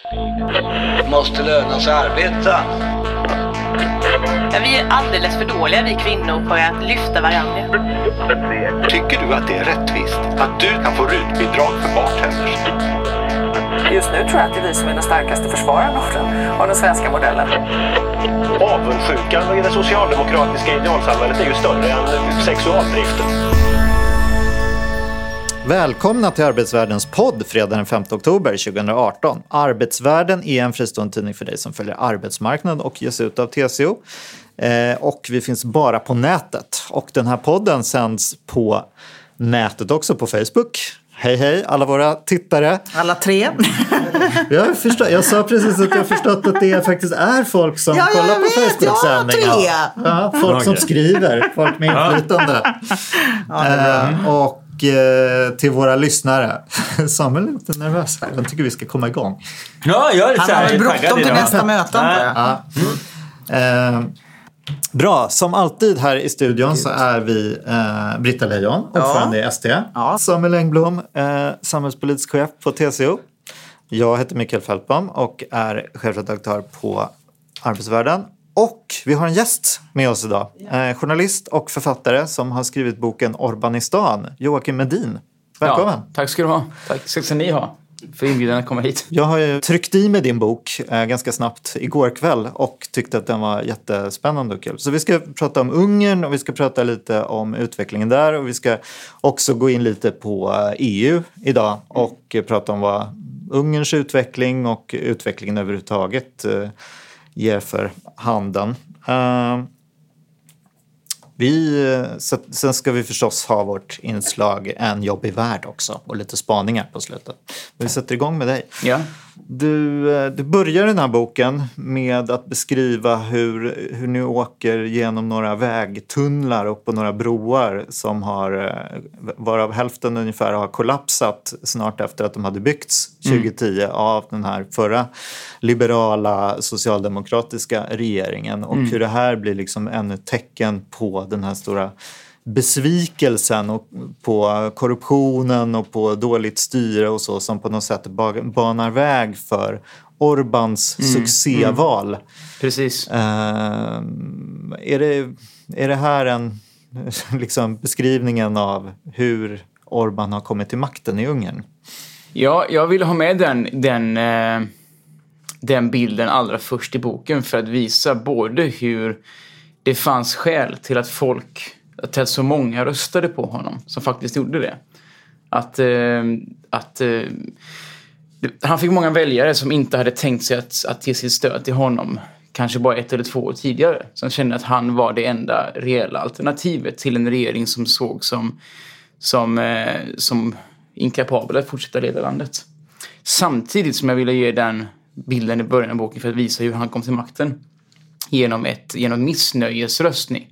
Måste löna sig arbeta. Ja, vi är alldeles för dåliga, vi kvinnor, för att lyfta varandra. Tycker du att det är rättvist att du kan få rutbidrag för bartenders? Just nu tror jag att det är vi som är den starkaste försvararen av den svenska modellen. Avundsjukan i det socialdemokratiska idealsamhället är ju större än sexualdriften. Välkomna till Arbetsvärdens podd fredag den 5 oktober 2018. Arbetsvärden är en fristående tidning för dig som följer arbetsmarknaden och ges ut av TCO. Och vi finns bara på nätet. Och den här podden sänds på nätet också på Facebook. Hej hej alla våra tittare. Alla tre. Jag sa precis att jag förstått att det faktiskt är folk som kollar på Facebook-sändningar. Ja, folk som skriver, folk med inflytande. Och till våra lyssnare. Samuel är lite nervös här. Jag tycker vi ska komma igång. Ja, jag är lite han har väl bråttom till nästa möten. Bra, som alltid här i studion så är vi Britta Lejon, ordförande i ST. Samuel Engblom, samhällspolitisk chef på TCO. Jag heter Mikael Fältbom och är chefredaktör på Arbetsvärden. Och vi har en gäst med oss idag. Journalist och författare som har skrivit boken Orbanistan, Joakim Medin. Välkommen. Ja, tack ska du ha. Tack ska ni ha för inbjudan att komma hit. Jag har ju tryckt i med din bok ganska snabbt igår kväll och tyckte att den var jättespännande och kul. Så vi ska prata om Ungern och vi ska prata lite om utvecklingen där och vi ska också gå in lite på EU idag och prata om vad Ungerns utveckling och utvecklingen överhuvudtaget ger för handen. Sen ska vi förstås ha vårt inslag En jobbig värld också och lite spaningar på slutet. Vi sätter igång med dig. Ja. Du börjar den här boken med att beskriva hur ni åker genom några vägtunnlar och på några broar som varav hälften ungefär har kollapsat snart efter att de hade byggts 2010 av den här förra liberala socialdemokratiska regeringen och hur det här blir liksom ännu tecken på den här stora besvikelsen och på korruptionen och på dåligt styre och så som på något sätt banar väg för Orbáns succéval. Precis. Är det här en liksom beskrivningen av hur Orbán har kommit till makten i Ungern? Ja, jag vill ha med den bilden allra först i boken för att visa både hur det fanns skäl till att så många röstade på honom som faktiskt gjorde det. Han fick många väljare som inte hade tänkt sig att ge sitt stöd till honom kanske bara 1 eller 2 år tidigare. Som kände att han var det enda reella alternativet till en regering som såg som inkapabel att fortsätta leda landet. Samtidigt som jag ville ge den bilden i början av boken för att visa hur han kom till makten genom missnöjesröstning.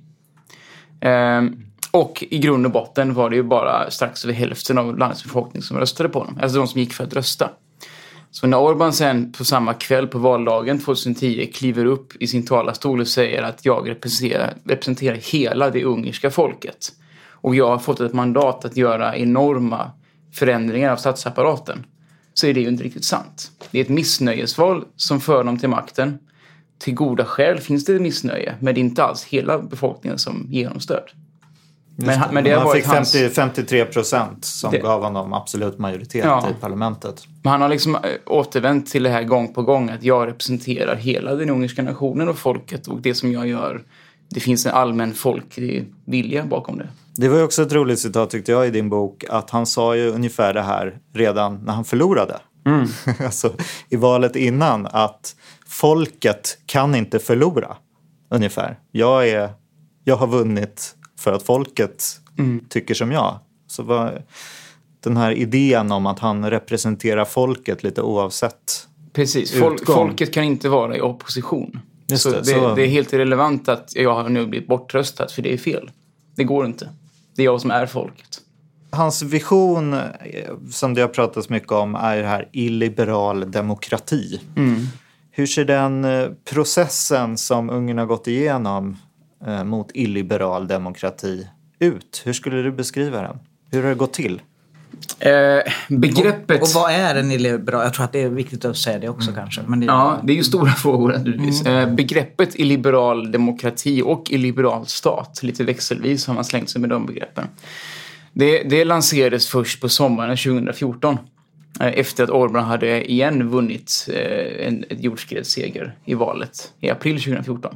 Och i grund och botten var det ju bara strax över hälften av landets befolkning som röstade på honom. Alltså de som gick för att rösta. Så när Orbán sen på samma kväll på valdagen 2010 kliver upp i sin talarstol och säger att jag representerar hela det ungerska folket. Och jag har fått ett mandat att göra enorma förändringar av statsapparaten. Så är det ju inte riktigt sant. Det är ett missnöjesval som för dem till makten. Till goda skäl finns det missnöje, men det är inte alls hela befolkningen som ger honom stöd. Men det har fick 53% som gav honom absolut majoritet i parlamentet. Men han har liksom återvänt till det här gång på gång att jag representerar hela den ungerska nationen och folket och det som jag gör, det finns en allmän folklig vilja bakom det. Det var ju också ett roligt citat tyckte jag i din bok att han sa ju ungefär det här redan när han förlorade. Alltså i valet innan att folket kan inte förlora ungefär. Jag har vunnit för att folket tycker som jag. Så var den här idén om att han representerar folket lite oavsett. Precis, folket kan inte vara i opposition. Så det är helt irrelevant att jag har nu blivit bortröstad för det är fel. Det går inte. Det är jag som är folket. Hans vision som det har pratats mycket om är det här illiberal demokrati. Hur ser den processen som Ungern har gått igenom mot illiberal demokrati ut? Hur skulle du beskriva den? Hur har det gått till? Begreppet... Och vad är en illiberal? Jag tror att det är viktigt att säga det också kanske. Men det är ju stora frågor naturligtvis. Begreppet illiberal demokrati och illiberal stat, lite växelvis har man slängt sig med de begreppen. Det lanserades först på sommaren 2014. Efter att Orbán hade igen vunnit en jordskredsseger i valet i april 2014.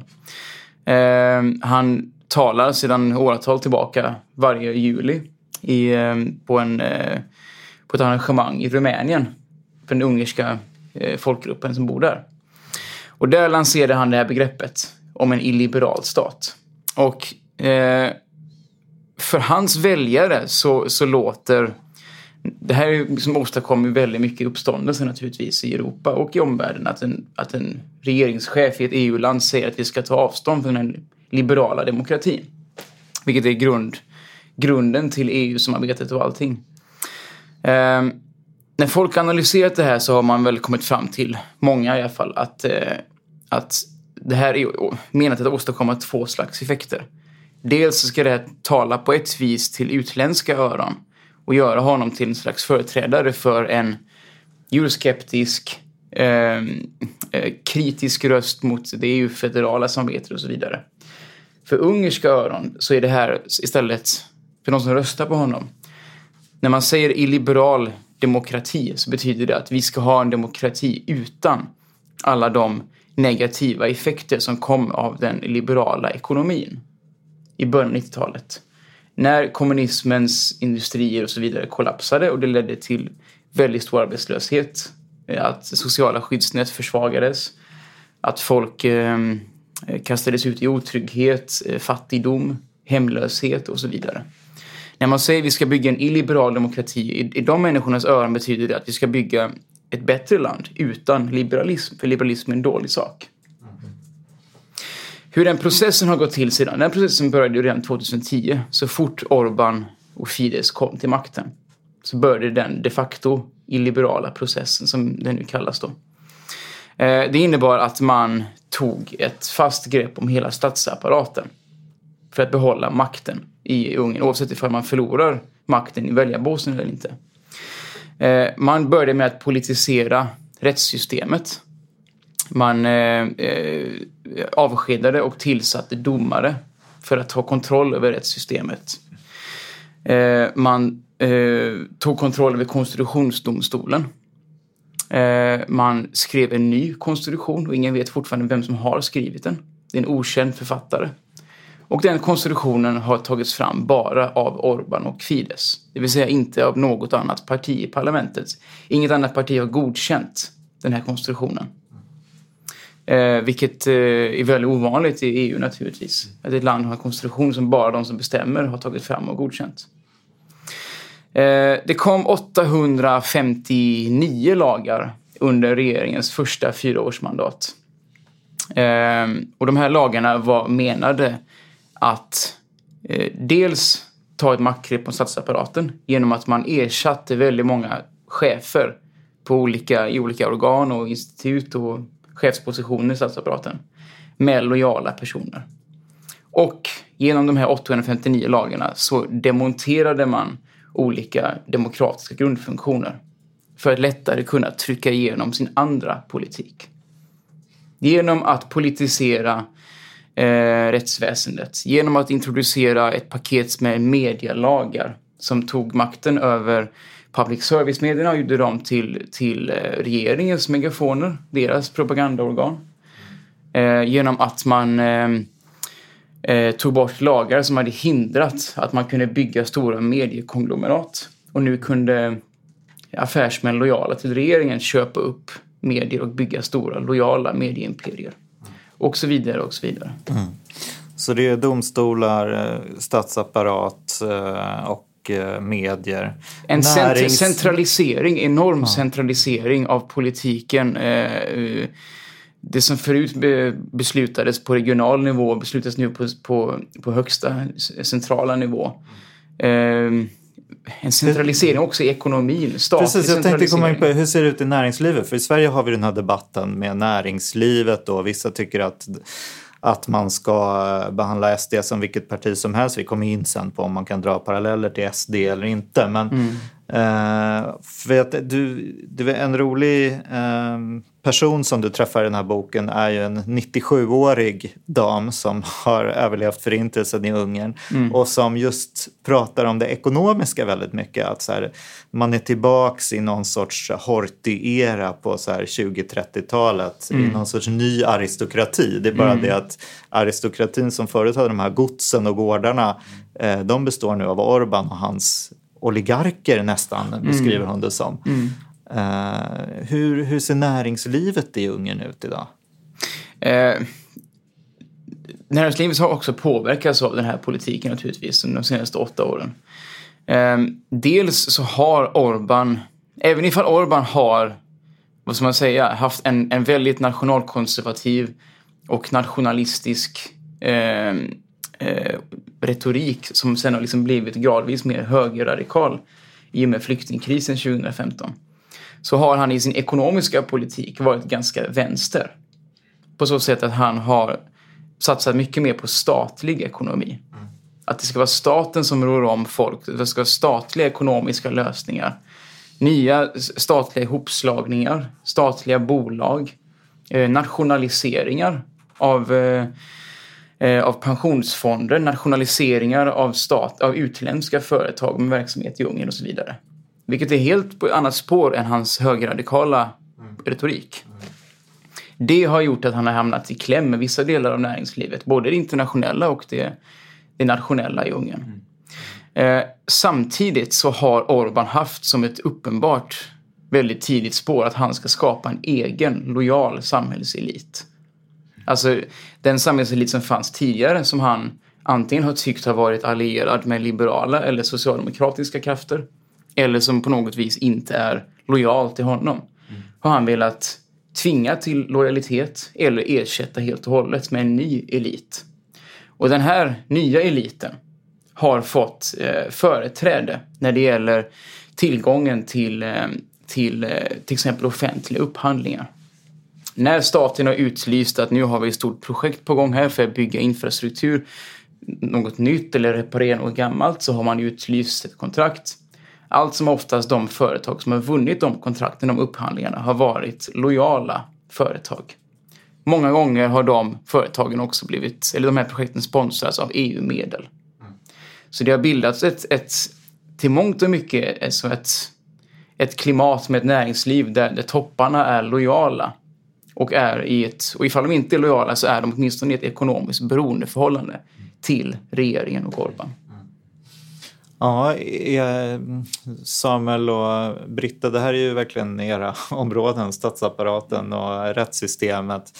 Han talar sedan åratal tillbaka varje juli på ett arrangemang i Rumänien för den ungerska folkgruppen som bor där. Och där lanserade han det här begreppet om en illiberal stat. Och för hans väljare så låter... Det här är som åstadkommer väldigt mycket uppståndelse naturligtvis i Europa och i omvärlden att en regeringschef i ett EU-land säger att vi ska ta avstånd från den liberala demokratin. Vilket är grunden till EU-samarbetet och allting. När folk analyserat det här så har man väl kommit fram till, många i alla fall, att det här är menat att åstadkomma två slags effekter. Dels ska det här tala på ett vis till utländska öron och göra honom till en slags företrädare för en euroskeptisk, kritisk röst mot det EU-federala samarbetet och så vidare. För ungerska öron så är det här istället, för de som röstar på honom, när man säger illiberal demokrati så betyder det att vi ska ha en demokrati utan alla de negativa effekter som kom av den liberala ekonomin i början av 90-talet. När kommunismens industrier och så vidare kollapsade och det ledde till väldigt stor arbetslöshet, att sociala skyddsnät försvagades, att folk kastades ut i otrygghet, fattigdom, hemlöshet och så vidare. När man säger att vi ska bygga en illiberal demokrati, i de människornas öron betyder det att vi ska bygga ett bättre land utan liberalism, för liberalism är en dålig sak. Hur den processen har gått till sedan. Den processen började ju redan 2010. Så fort Orbán och Fidesz kom till makten så började den de facto illiberala processen som den nu kallas då. Det innebar att man tog ett fast grepp om hela statsapparaten för att behålla makten i Ungern, oavsett ifall man förlorar makten i väljarbåsen eller inte. Man började med att politisera rättssystemet. Man avskedade och tillsatte domare för att ha kontroll över rättssystemet. Man tog kontroll över konstitutionsdomstolen. Man skrev en ny konstitution och ingen vet fortfarande vem som har skrivit den. Det är en okänd författare. Och den konstitutionen har tagits fram bara av Orbán och Fidesz. Det vill säga inte av något annat parti i parlamentet. Inget annat parti har godkänt den här konstitutionen. Vilket är väldigt ovanligt i EU naturligtvis. Att ett land har en konstitution som bara de som bestämmer har tagit fram och godkänt. Det kom 859 lagar under regeringens första 4-årsmandat. Och de här lagarna var menade att dels ta ett maktgrepp på statsapparaten genom att man ersatte väldigt många chefer i olika organ och institut och chefspositioner i statsapparaten med lojala personer. Och genom de här 859 lagarna så demonterade man olika demokratiska grundfunktioner för att lättare kunna trycka igenom sin andra politik. Genom att politisera rättsväsendet, genom att introducera ett paket med medielagar som tog makten över public service-medierna och gjorde dem till regeringens megafoner, deras propagandaorgan. Genom att man tog bort lagar som hade hindrat att man kunde bygga stora mediekonglomerat. Och nu kunde affärsmän lojala till regeringen köpa upp medier och bygga stora lojala medieimperier. Och så vidare och så vidare. Mm. Så det är domstolar, statsapparat och medier. En centralisering, enorm centralisering av politiken. Det som förut beslutades på regional nivå beslutas nu på högsta centrala nivå. En centralisering också i ekonomin. Precis, jag tänkte komma in på hur ser det ut i näringslivet? För i Sverige har vi den här debatten med näringslivet och vissa tycker att man ska behandla SD som vilket parti som helst. Vi kommer in sen på om man kan dra paralleller till SD eller inte. Men För att du är en rolig person som du träffar i den här boken är ju en 97-årig dam som har överlevt förintelsen i Ungern och som just pratar om det ekonomiska väldigt mycket. Att så här, man är tillbaks i någon sorts Horthy-era på så här 20-30-talet i någon sorts ny aristokrati. Det är bara det att aristokratin som förut hade de här godsen och gårdarna, de består nu av Orbán och hans oligarker nästan, beskriver hon det som. Hur ser näringslivet i Ungern ut idag? Näringslivet har också påverkats av den här politiken naturligtvis under de senaste 8 åren. Dels så har Orbán, även ifall Orbán har, vad ska man säga, haft en väldigt nationalkonservativ och nationalistisk retorik som sen har liksom blivit gradvis mer högerradikal i och med flyktingkrisen 2015, så har han i sin ekonomiska politik varit ganska vänster. På så sätt att han har satsat mycket mer på statlig ekonomi. Att det ska vara staten som rår om folk. Det ska vara statliga ekonomiska lösningar. Nya statliga ihopslagningar. Statliga bolag. Nationaliseringar av pensionsfonder. Nationaliseringar av utländska företag med verksamhet i Ungern och så vidare. Vilket är helt på ett annat spår än hans högerradikala retorik. Det har gjort att han har hamnat i kläm med vissa delar av näringslivet. Både det internationella och det nationella i Ungern. Samtidigt så har Orbán haft som ett uppenbart väldigt tidigt spår att han ska skapa en egen lojal samhällselit. Alltså den samhällselit som fanns tidigare, som han antingen har tyckt har varit allierad med liberala eller socialdemokratiska krafter, eller som på något vis inte är lojal till honom, har han velat tvinga till lojalitet eller ersätta helt och hållet med en ny elit. Och den här nya eliten har fått företräde när det gäller tillgången till exempel offentliga upphandlingar. När staten har utlyst att nu har vi ett stort projekt på gång här för att bygga infrastruktur, något nytt eller reparera något gammalt, så har man utlyst ett kontrakt. Allt som oftast de företag som har vunnit de kontrakten, de upphandlingarna, har varit lojala företag. Många gånger har de företagen också de här projekten sponsras av EU-medel. Så det har bildats ett till mångt och mycket ett klimat med ett näringsliv där topparna är lojala och och ifall de inte är lojala så är de åtminstone i ett ekonomiskt beroendeförhållande till regeringen och Orbán. Ja, Samuel och Britta, det här är ju verkligen era områden, statsapparaten och rättssystemet.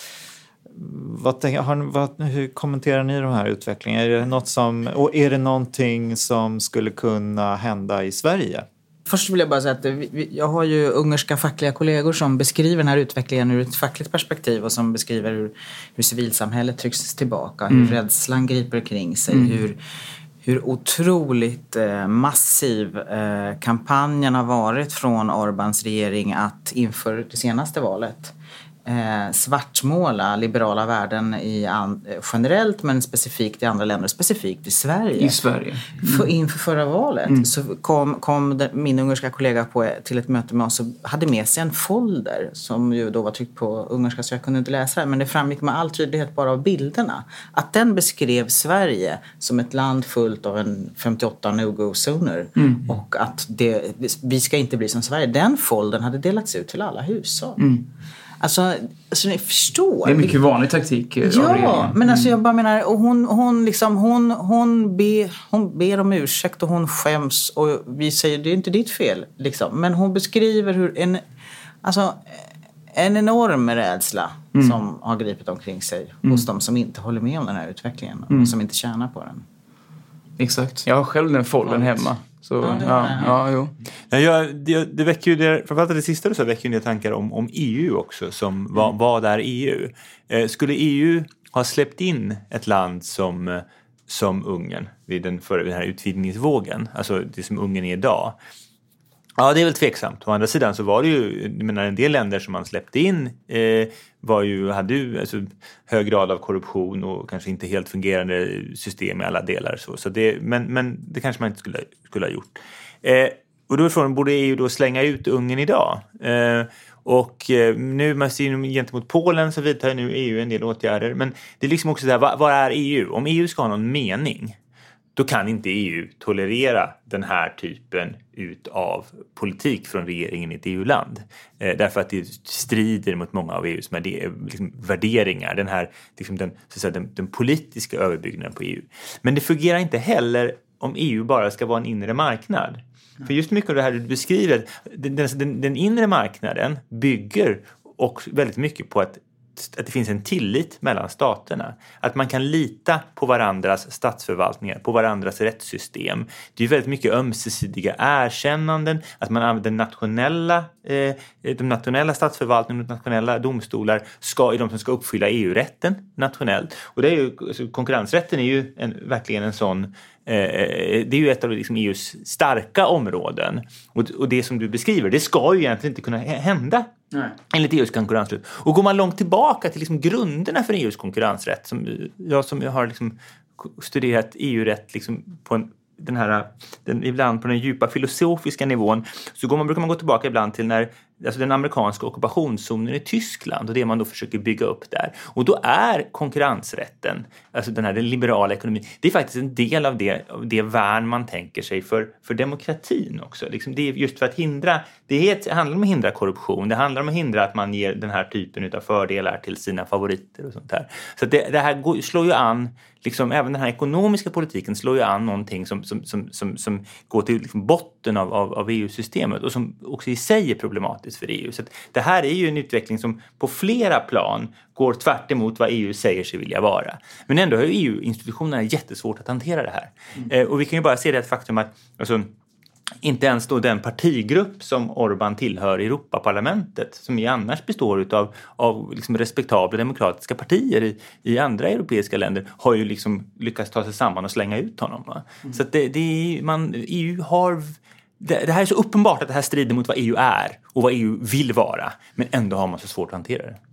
Hur kommenterar ni de här utvecklingarna? Är det någonting som skulle kunna hända i Sverige? Först vill jag bara säga att jag har ju ungerska fackliga kollegor som beskriver den här utvecklingen ur ett fackligt perspektiv och som beskriver hur civilsamhället trycks tillbaka, hur rädslan griper kring sig, hur otroligt massiv kampanjen har varit från Orbáns regering att inför det senaste valet svartmåla liberala värden generellt, men specifikt i andra länder, specifikt i Sverige. I Sverige. Inför förra valet så kom min ungerska kollega till ett möte med oss och hade med sig en folder som ju då var tryckt på ungerska, så jag kunde inte läsa det, men det framgick med all tydlighet bara av bilderna att den beskrev Sverige som ett land fullt av en 58 no-go-zoner och att vi ska inte bli som Sverige. Den foldern hade delats ut till alla hushåll. Alltså ni förstår. Det är mycket vanlig taktik. Ja, men alltså jag bara menar, och hon ber om ursäkt och hon skäms och vi säger det är inte ditt fel liksom. Men hon beskriver hur en enorm rädsla som har gripit omkring sig hos de som inte håller med om den här utvecklingen och som inte tjänar på den. Exakt. Jag har själv den folden hemma. Så, jo. Det väcker ju framförallt det sista så väcker ju tankar om EU också, som vad är EU? Skulle EU ha släppt in ett land som Ungern vid den här utvidgningsvågen, alltså det som Ungern är idag? Ja, det är väl tveksamt. Å andra sidan så var det ju, jag menar, en del länder som man släppte in hade ju alltså hög grad av korruption och kanske inte helt fungerande system i alla delar. Så det, men det kanske man inte skulle ha gjort. Och då borde EU då slänga ut Ungern idag. Och nu man ser gentemot Polen så vidtar nu EU en del åtgärder. Men det är liksom också där, vad är EU? Om EU ska ha någon mening, då kan inte EU tolerera den här typen av politik från regeringen i ett EU-land. Därför att det strider mot många av EUs värderingar. Den politiska överbyggnaden på EU. Men det fungerar inte heller om EU bara ska vara en inre marknad. För just mycket av det här du beskriver, den inre marknaden bygger också väldigt mycket på att det finns en tillit mellan staterna. Att man kan lita på varandras statsförvaltningar, på varandras rättssystem. Det är väldigt mycket ömsesidiga erkännanden. Att man använder de nationella statsförvaltningarna och nationella domstolar är de som ska uppfylla EU-rätten nationellt. Och det är ju, alltså, konkurrensrätten är ju verkligen en sån. Det är ju ett av EUs starka områden. Och det som du beskriver, det ska ju egentligen inte kunna hända. Nej. Enligt EUs konkurrensrätt. Och går man långt tillbaka till grunderna för EUs konkurrensrätt, som jag har studerat EU-rätt på ibland på den djupa filosofiska nivån, så brukar man gå tillbaka ibland till när den amerikanska ockupationszonen i Tyskland och det man då försöker bygga upp där. Och då är konkurrensrätten, alltså den liberala ekonomin, det är faktiskt en del av det värn man tänker sig för demokratin också. Det är just för att hindra, det handlar om att hindra korruption, det handlar om att hindra att man ger den här typen av fördelar till sina favoriter och sånt där. Så det här slår ju an, även den här ekonomiska politiken slår ju an någonting som går till botten av EU-systemet och som också i sig är problematiskt för EU. Så att det här är ju en utveckling som på flera plan går tvärt emot vad EU säger sig vilja vara. Men ändå har ju EU-institutionerna jättesvårt att hantera det här. Och vi kan ju bara se det faktum att inte ens då den partigrupp som Orbán tillhör i Europaparlamentet, som ju annars består av respektabla demokratiska partier i andra europeiska länder, har ju lyckats ta sig samman och slänga ut honom. Va? Så att EU har. Det här är så uppenbart att det här strider mot vad EU är och vad EU vill vara, men ändå har man så svårt att hantera det.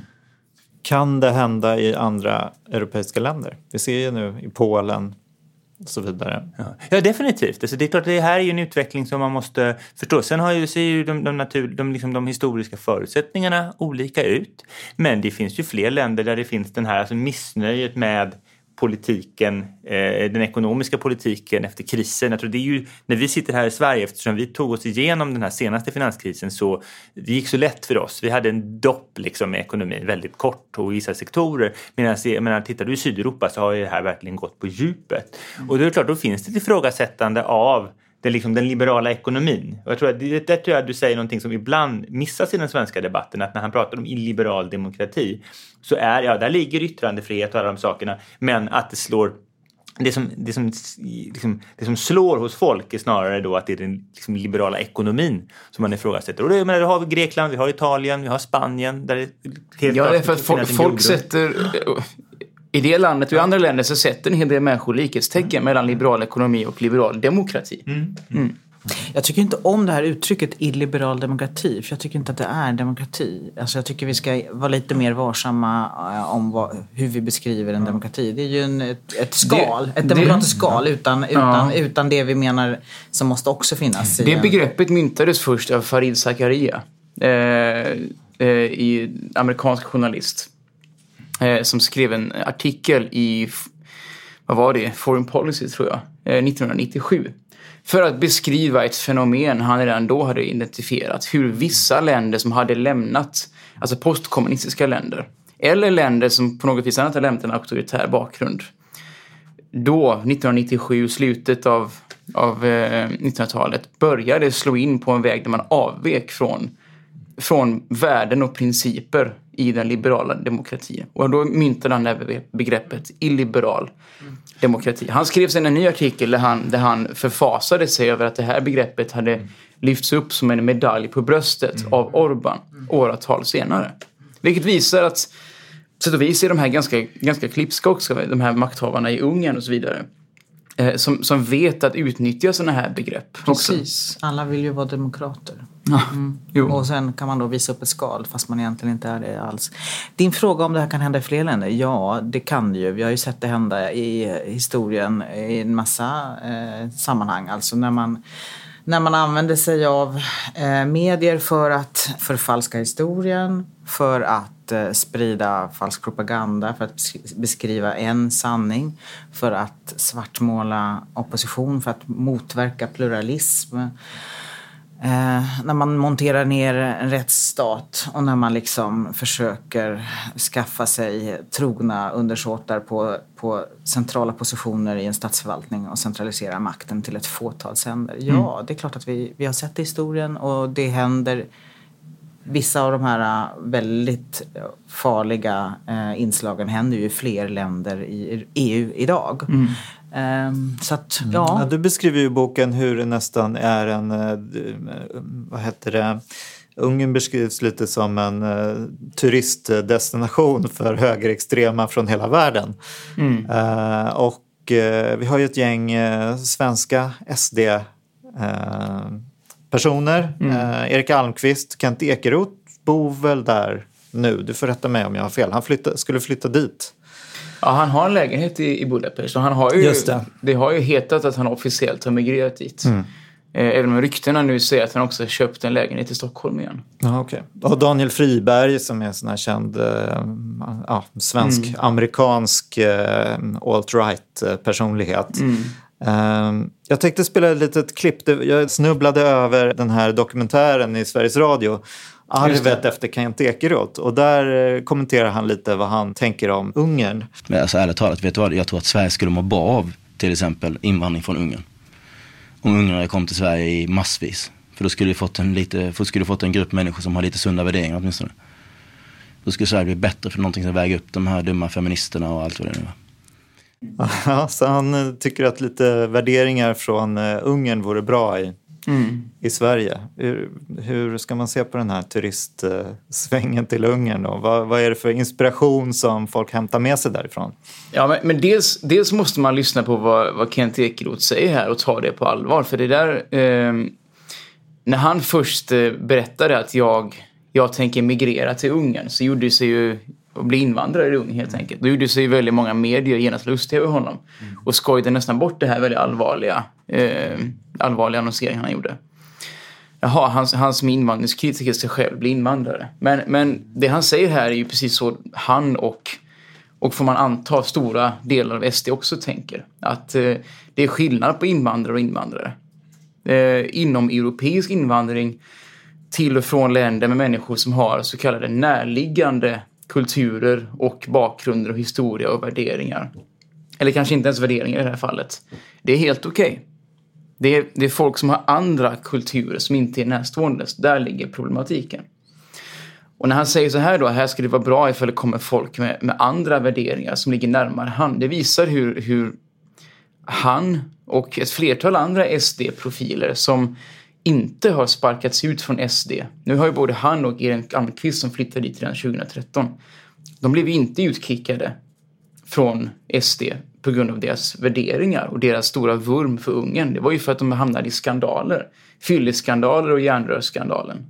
Kan det hända i andra europeiska länder? Vi ser ju nu i Polen och så vidare. Ja, definitivt. Alltså, det är klart att det här är ju en utveckling som man måste förstå. Sen ser ju de historiska förutsättningarna olika ut. Men det finns ju fler länder där det finns den här missnöjet med politiken, den ekonomiska politiken efter krisen. Jag tror det är ju, när vi sitter här i Sverige, eftersom vi tog oss igenom den här senaste finanskrisen, så det gick så lätt för oss. Vi hade en dopp med ekonomin väldigt kort och i vissa sektorer. Medan tittar du i Sydeuropa så har det här verkligen gått på djupet. Och det är klart, då finns det ett ifrågasättande av den liberala ekonomin. Och jag tror att det tror jag att du säger någonting som ibland missas i den svenska debatten, att när han pratar om illiberal demokrati så där ligger yttrandefrihet och alla de sakerna, men att det slår det som slår hos folk är snarare då att det är den liberala ekonomin som man ifrågasätter. Och då har vi Grekland, vi har Italien, vi har Spanien där det helt det är för att folk sätter i det landet och i andra länder så sätter en hel del människor likhetstecken mellan liberal ekonomi och liberal demokrati. Jag tycker inte om det här uttrycket illiberal demokrati, för jag tycker inte att det är demokrati. Alltså jag tycker vi ska vara lite mer varsamma om hur vi beskriver en demokrati. Det är ju ett demokratiskt skal utan det vi menar som måste också finnas. Det begreppet myntades först av Farid Zakaria, i amerikansk journalist, som skrev en artikel i Foreign Policy tror jag, 1997. För att beskriva ett fenomen han redan då hade identifierat. Hur vissa länder som hade lämnat, alltså postkommunistiska länder, eller länder som på något vis hade lämnat en auktoritär bakgrund. Då, 1997, slutet av 1900-talet, började slå in på en väg där man avvek från värden och principer i den liberala demokratin. Och då myntade han det begreppet illiberal demokrati. Han skrev sen en ny artikel där han förfasade sig över att det här begreppet hade lyfts upp som en medalj på bröstet av Orbán åratal senare. Vilket visar att så att vi ser de här ganska klipska också, de här makthavarna i Ungern och så vidare, som vet att utnyttja sådana här begrepp. Precis. Också. Alla vill ju vara demokrater. Och sen kan man då visa upp ett skal fast man egentligen inte är det alls. Din fråga om det här kan hända i fler länder? Ja, det kan det ju. Vi har ju sett det hända i historien i en massa sammanhang. Alltså när när man använder sig av medier för att förfalska historien, för att sprida falsk propaganda, för att beskriva en sanning, för att svartmåla opposition, för att motverka pluralism. När man monterar ner en rättsstat och när man liksom försöker skaffa sig trogna undersåtar på centrala positioner i en statsförvaltning och centralisera makten till ett fåtal händer. Ja, det är klart att vi har sett det i historien och det händer. Vissa av de här väldigt farliga inslagen händer ju i fler länder i EU idag. Så att, ja. Du beskriver ju i boken hur det nästan är en, Ungern beskrivs lite som en turistdestination för högerextrema från hela världen. Och vi har ju ett gäng svenska SD-personer. Erik Almqvist, Kent Ekeroth bor väl där nu. Du får rätta mig om jag har fel. Han skulle flytta dit. Ja, han har en lägenhet i Budapest och han har ju, det har ju hetat att han officiellt har migrerat dit. Även om ryktena nu säger att han också har köpt en lägenhet i Stockholm igen. Ja, okej. Och Daniel Friberg som är en sån här känd svensk-amerikansk alt-right personlighet. Jag tänkte spela ett litet klipp. Jag snubblade över den här dokumentären i Sveriges Radio. Arvet efter Kent Ekeroth. Och där kommenterar han lite vad han tänker om Ungern. Men alltså ärligt talat, vet du vad? Jag tror att Sverige skulle må bra av till exempel invandring från Ungern. Om ungrare kom till Sverige i massvis. För då skulle vi fått en grupp människor som har lite sunda värderingar åtminstone. Då skulle Sverige bli bättre för någonting som väger upp de här dumma feministerna och allt vad det nu var. Ja, så han tycker att lite värderingar från Ungern vore bra i Sverige. Hur ska man se på den här turistsvängen till Ungern då? Vad är det för inspiration som folk hämtar med sig därifrån? Ja, men dels måste man lyssna på vad Kent Ekeroth säger här och ta det på allvar. För det där, när han först berättade att jag tänker migrera till Ungern, så gjorde det sig ju att bli invandrare i Ungern helt enkelt. Då gjorde sig ju väldigt många medier genast lustiga över honom. Och skojade nästan bort det här väldigt allvarliga annonseringen han gjorde. Jaha, han som invandringskritiker ska själv bli invandrare. Men det han säger här är ju precis så han och får man anta stora delar av SD också tänker. Att det är skillnad på invandrare och invandrare. Inom europeisk invandring till och från länder med människor som har så kallade närliggande kulturer och bakgrunder och historia och värderingar. Eller kanske inte ens värderingar i det här fallet. Det är helt okej. Det är folk som har andra kulturer som inte är närstående. Där ligger problematiken. Och när han säger så här då, här ska det vara bra ifall det kommer folk med andra värderingar som ligger närmare han. Det visar hur han och ett flertal andra SD-profiler som inte har sparkats ut från SD. Nu har ju både han och Erik Almqvist som flyttade dit redan 2013. De blev inte utkickade från SD på grund av deras värderingar och deras stora vurm för Ungern. Det var ju för att de hamnade i skandaler. Fylleskandaler och järnrörsskandalen.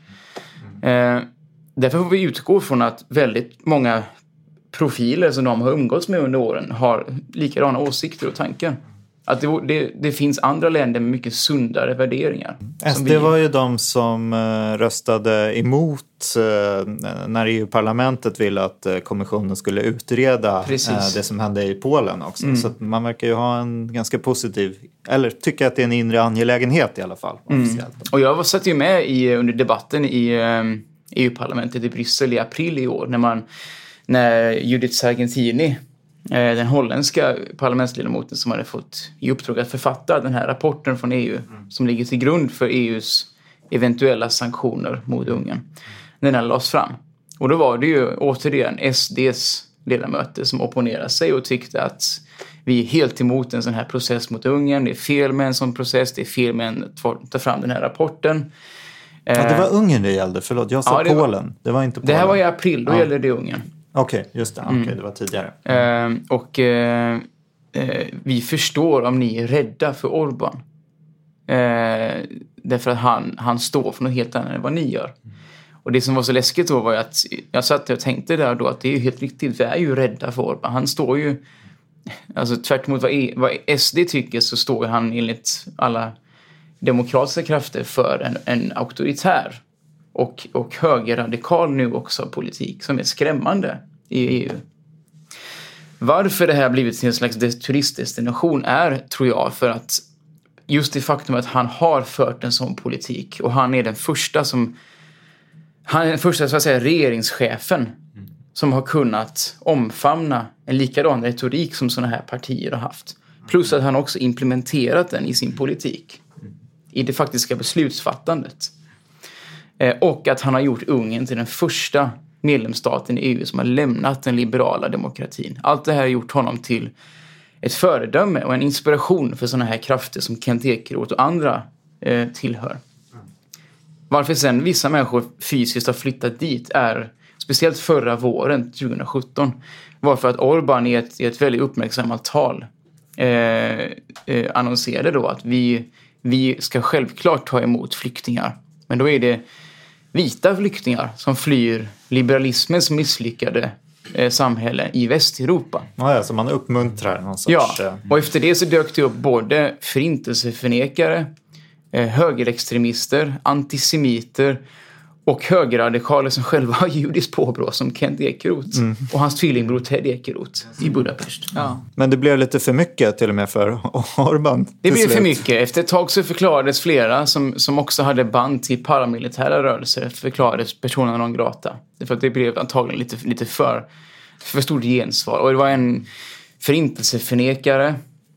Därför får vi utgå från att väldigt många profiler som de har umgåtts med under åren har likadana åsikter och tankar. Att det finns andra länder med mycket sundare värderingar. SD var ju de som röstade emot när EU-parlamentet ville att kommissionen skulle utreda det som hände i Polen också. Så att man verkar ju ha en ganska positiv, eller tycker att det är en inre angelägenhet i alla fall. Och jag satt ju med under debatten i EU-parlamentet i Bryssel i april i år när Judith Sargentini, den holländska parlamentsledamoten som hade fått i uppdrag att författa den här rapporten från EU som ligger till grund för EUs eventuella sanktioner mot Ungern, när den lades fram. Och då var det ju återigen SDs ledamöter som opponerade sig och tyckte att vi är helt emot en sån här process mot Ungern. Det är fel med en sån process, det är fel med att ta fram den här rapporten. Ja, det var Ungern det gällde, förlåt. Jag sa Polen. Det var inte Polen. Det här var i april, då gällde det Ungern. Okej, just det. Okej, det var tidigare. Vi förstår om ni är rädda för Orbán. Därför att han står för något helt annat än vad ni gör. Och det som var så läskigt då var ju att jag satt och tänkte där då att det är ju helt riktigt. Vi är ju rädda för Orbán. Han står ju, alltså tvärt emot vad SD tycker så står han enligt alla demokratiska krafter för en auktoritär och högerradikal nu också politik som är skrämmande i EU. Varför det här har blivit en slags turistdestination är, tror jag, för att just det faktum att han har fört en sån politik och han är den första så att säga regeringschefen som har kunnat omfamna en likadan retorik som såna här partier har haft. Plus att han också implementerat den i sin politik. I det faktiska beslutsfattandet. Och att han har gjort Ungern till den första medlemsstaten i EU som har lämnat den liberala demokratin. Allt det här har gjort honom till ett föredöme och en inspiration för såna här krafter som Kent Ekeroth och andra tillhör. Varför sen vissa människor fysiskt har flyttat dit är, speciellt förra våren 2017, var för att Orbán i ett väldigt uppmärksammat tal annonserade då att vi ska självklart ta emot flyktingar. Men då är det vita flyktingar som flyr liberalismens misslyckade samhälle i Västeuropa. Ja, så man uppmuntrar någon sorts... Ja, och efter det så dök det upp både förintelseförnekare, högerextremister, antisemiter och högerradikaler som själva har judiskt påbrå som Kent Ekeroth och hans tvillingbror Ted Ekeroth i Budapest. Ja. Men det blev lite för mycket till och med för Orbán. Det blev för mycket. Efter ett tag så förklarades flera som också hade band till paramilitära rörelser förklarades persona non grata. För att det blev antagligen lite för stort gensvar. Och det var en förintelseförnekare,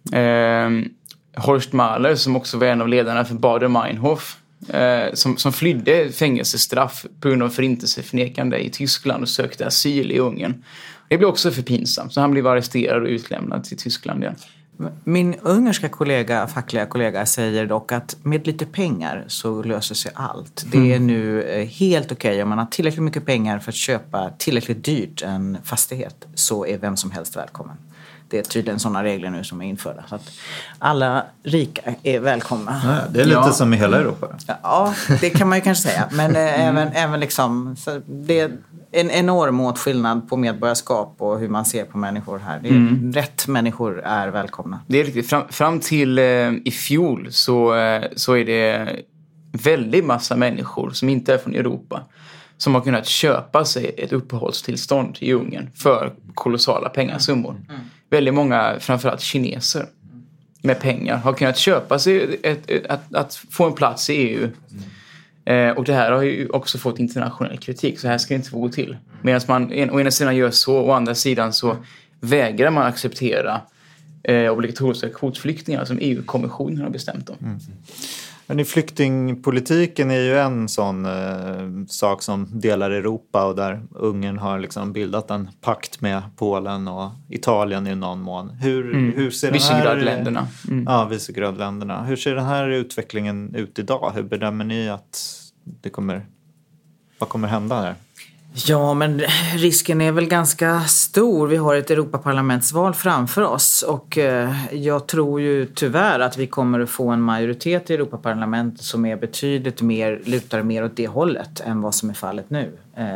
Horst Mahler, som också var en av ledarna för Baader-Meinhof, som flydde fängelsestraff på grund av förintelseförnekande i Tyskland och sökte asyl i Ungern. Det blev också för pinsamt, så han blev arresterad och utlämnad till Tyskland igen. Min ungerska fackliga kollega säger dock att med lite pengar så löser sig allt. Det är nu helt okej om man har tillräckligt mycket pengar för att köpa tillräckligt dyrt en fastighet, så är vem som helst välkommen. Det är tydligen sådana regler nu som är införda. Så att alla rika är välkomna. Ja, det är lite som i hela Europa. Ja, det kan man ju kanske säga. Men även liksom, så det är en enorm åtskillnad på medborgarskap och hur man ser på människor här. Det är, rätt människor är välkomna. Det är riktigt. Fram till i fjol så är det väldigt massa människor som inte är från Europa som har kunnat köpa sig ett uppehållstillstånd i Ungern för kolossala pengasummor. Väldigt många, framförallt kineser med pengar, har kunnat köpa sig att få en plats i EU. Och det här har ju också fått internationell kritik, så här ska det inte få gå till. Medan man å ena sidan gör så, å andra sidan så vägrar man acceptera obligatoriska kvotflyktingar som EU-kommissionen har bestämt om. Men i flyktingpolitiken är ju en sån sak som delar Europa, och där Ungern har liksom bildat en pakt med Polen och Italien i någon mån. Hur ser den här... Visegrádländerna. Ja, Visegrádländerna. Hur ser den här utvecklingen ut idag? Hur bedömer ni att det kommer... Vad kommer hända där? Ja, men risken är väl ganska stor. Vi har ett Europaparlamentsval framför oss och jag tror ju tyvärr att vi kommer att få en majoritet i Europaparlamentet som är betydligt lutar mer åt det hållet än vad som är fallet nu.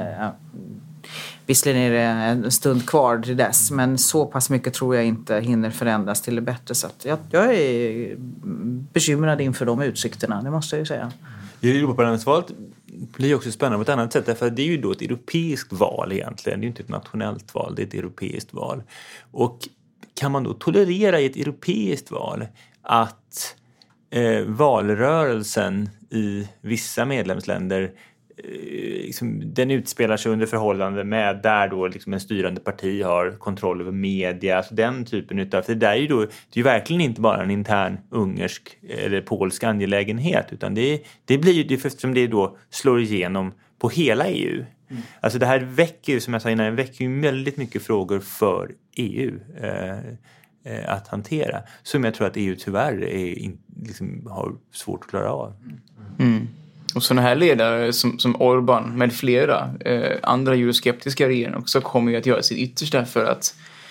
Visserligen är det en stund kvar till dess, men så pass mycket tror jag inte hinner förändras till det bättre. Så att jag är bekymrad inför de utsikterna, det måste jag ju säga. Europaparlamentsvalet blir också spännande på ett annat sätt, därför att det är ju då ett europeiskt val egentligen. Det är ju inte ett nationellt val, det är ett europeiskt val. Och kan man då tolerera i ett europeiskt val att valrörelsen i vissa medlemsländer liksom, den utspelar sig under förhållande med där då liksom en styrande parti har kontroll över media, alltså den typen utav, för det är ju då, det är ju verkligen inte bara en intern ungersk eller polsk angelägenhet, utan det blir ju det, eftersom det då slår igenom på hela EU. Alltså det här väcker ju, som jag sa innan, väcker ju väldigt mycket frågor för EU att hantera, som jag tror att EU tyvärr liksom har svårt att klara av. Och sådana här ledare som Orbán med flera andra euroskeptiska regeringar också kommer ju att göra sitt yttersta för att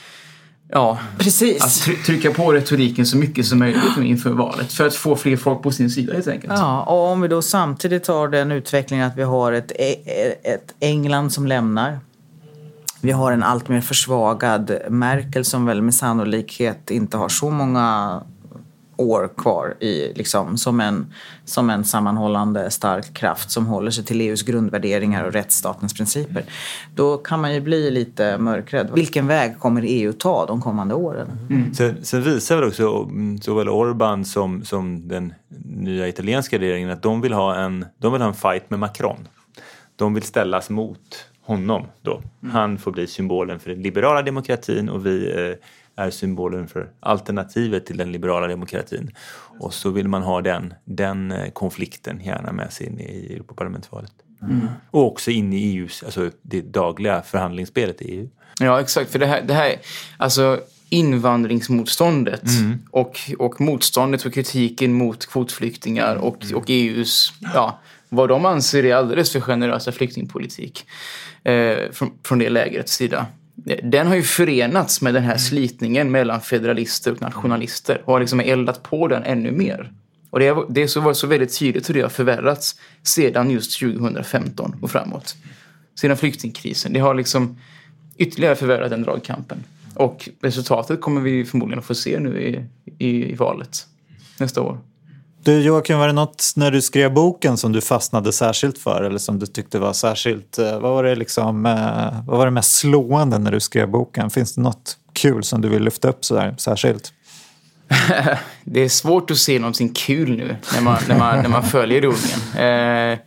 precis. Att trycka på retoriken så mycket som möjligt inför valet för att få fler folk på sin sida helt enkelt. Ja, och om vi då samtidigt har den utvecklingen att vi har ett England som lämnar. Vi har en allt mer försvagad Merkel som väl med sannolikhet inte har så många år kvar i, liksom, som en sammanhållande stark kraft som håller sig till EUs grundvärderingar och rättsstatens principer. Då kan man ju bli lite mörkrädd. Vilken väg kommer EU ta de kommande åren? Sen visar väl också såväl Orbán som den nya italienska regeringen att de vill ha en fight med Macron. De vill ställas mot honom då. Han får bli symbolen för den liberala demokratin och vi är symbolen för alternativet till den liberala demokratin. Och så vill man ha den konflikten gärna med sig in i Europaparlamentsvalet. Och också in i EUs, alltså det dagliga förhandlingsspelet i EU. Ja, exakt. För det här alltså invandringsmotståndet och motståndet och kritiken mot kvotflyktingar och EUs, vad de anser är alldeles för generösa flyktingpolitik från det lägrets sida. Den har ju förenats med den här slitningen mellan federalister och nationalister och har liksom eldat på den ännu mer. Och det var så väldigt tydligt hur det har förvärrats sedan just 2015 och framåt. Sedan flyktingkrisen. Det har liksom ytterligare förvärrat den dragkampen. Och resultatet kommer vi förmodligen att få se nu i valet nästa år. Du Joakim, var det något när du skrev boken som du fastnade särskilt för eller som du tyckte var särskilt, vad var det mest slående när du skrev boken? Finns det något kul som du vill lyfta upp sådär särskilt? Det är svårt att se någonting kul nu när man följer Ungern.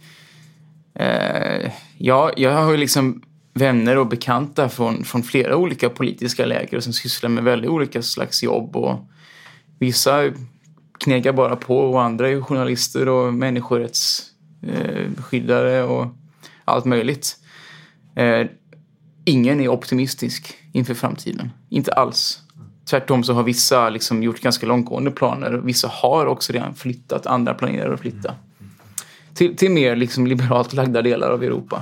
Jag har ju liksom vänner och bekanta från flera olika politiska läger som sysslar med väldigt olika slags jobb och vissa knegar bara på och andra är journalister och människorättsskyddare och allt möjligt. Ingen är optimistisk inför framtiden. Inte alls. Tvärtom så har vissa liksom gjort ganska långtgående planer. Vissa har också redan flyttat. Andra planerar att flytta. Till mer liksom liberalt lagda delar av Europa.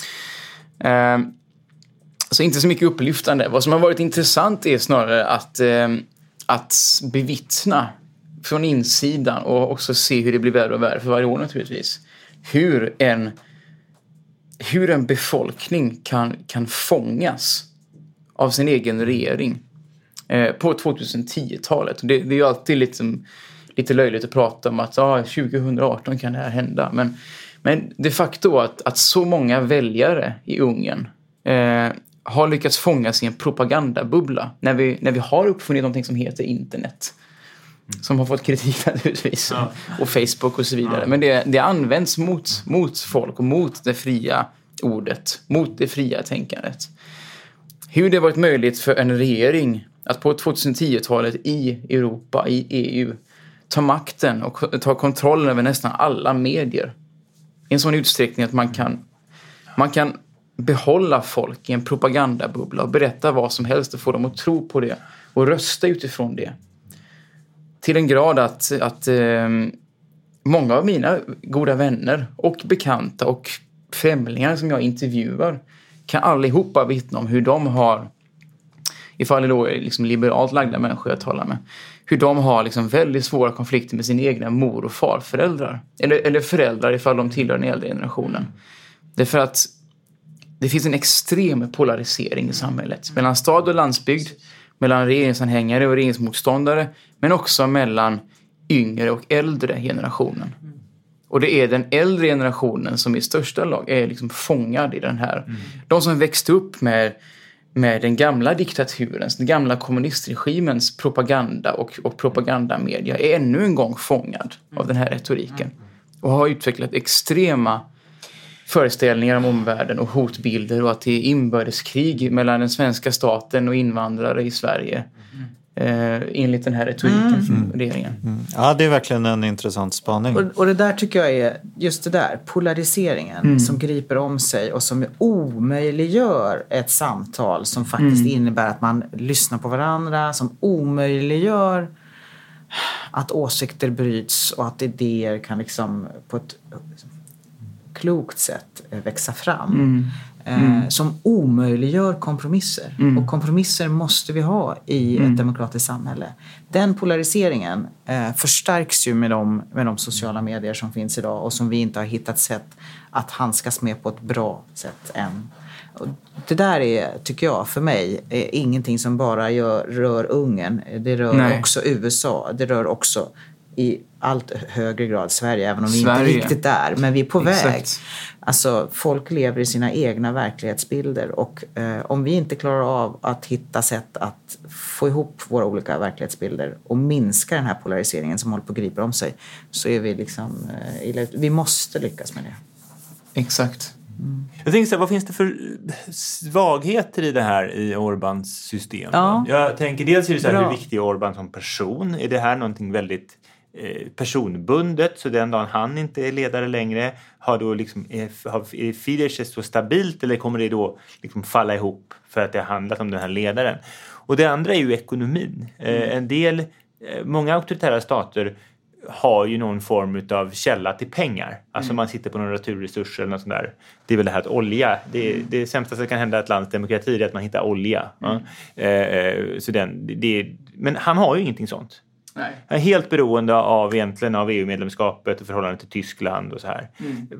Så inte så mycket upplyftande. Vad som har varit intressant är snarare att bevittna från insidan och också se hur det blir värre och värre för varje år naturligtvis. Hur en befolkning kan fångas av sin egen regering på 2010-talet. Det är ju alltid lite löjligt att prata om att 2018 kan det här hända. Men de facto att så många väljare i Ungern har lyckats fångas i en propagandabubbla när vi har uppfunnit någonting som heter internet. Som har fått kritik naturligtvis. Och Facebook och så vidare. Men det används mot folk och mot det fria ordet. Mot det fria tänkandet. Hur det varit möjligt för en regering att på 2010-talet i Europa, i EU, ta makten och ta kontrollen över nästan alla medier. I en sån utsträckning att man kan behålla folk i en propagandabubbla och berätta vad som helst och få dem att tro på det och rösta utifrån det. Till en grad att många av mina goda vänner och bekanta och främlingar som jag intervjuar kan allihopa vittna om hur de har, ifall det då är liksom liberalt lagda människor jag talar med, hur de har liksom väldigt svåra konflikter med sina egna mor- och farföräldrar. Eller föräldrar ifall de tillhör den äldre generationen. Därför att det finns en extrem polarisering i samhället. Mellan stad och landsbygd, mellan regeringsanhängare och regeringsmotståndare, men också mellan yngre och äldre generationen. Och det är den äldre generationen som i största lag är liksom fångad i den här. De som växte upp med den gamla diktaturens, den gamla kommunistregimens propaganda och propagandamedia är ännu en gång fångad av den här retoriken. Och har utvecklat extrema föreställningar om omvärlden och hotbilder och att det är inbördeskrig mellan den svenska staten och invandrare i Sverige. Enligt den här retoriken från regeringen. Ja, det är verkligen en intressant spaning. Och det där tycker jag är just det där, polariseringen som griper om sig och som omöjliggör ett samtal som faktiskt innebär att man lyssnar på varandra, som omöjliggör att åsikter bryts och att idéer kan liksom på ett klokt sätt växa fram. Som omöjliggör kompromisser. Och kompromisser måste vi ha i ett demokratiskt samhälle. Den polariseringen förstärks ju med de sociala medier som finns idag och som vi inte har hittat sätt att handskas med på ett bra sätt än. Det där är, tycker jag, för mig, är ingenting som bara rör Ungern. Det rör också USA. Det rör också i allt högre grad Sverige, även om vi inte riktigt är. Men vi är på väg. Alltså, folk lever i sina egna verklighetsbilder. Och om vi inte klarar av att hitta sätt att få ihop våra olika verklighetsbilder och minska den här polariseringen som håller på att gripa om sig, så är vi liksom vi måste lyckas med det. Exakt. Jag tänker så här, vad finns det för svagheter i det här i Orbáns system? Ja. Jag tänker dels är det så här, hur viktig är Orbán som person? Är det här någonting väldigt personbundet, så den dagen han inte är ledare längre, är Fidesz så stabilt, eller kommer det då liksom falla ihop för att det har handlat om den här ledaren? Och det andra är ju ekonomin. Många auktoritära stater har ju någon form av källa till pengar. Alltså man sitter på några naturresurser eller något sånt där. Det är väl det här att olja. Det sämsta som kan hända ett lands demokrati är att man hittar olja. Men han har ju ingenting sånt. Nej. Han är helt beroende av EU-medlemskapet och förhållandet till Tyskland och så här.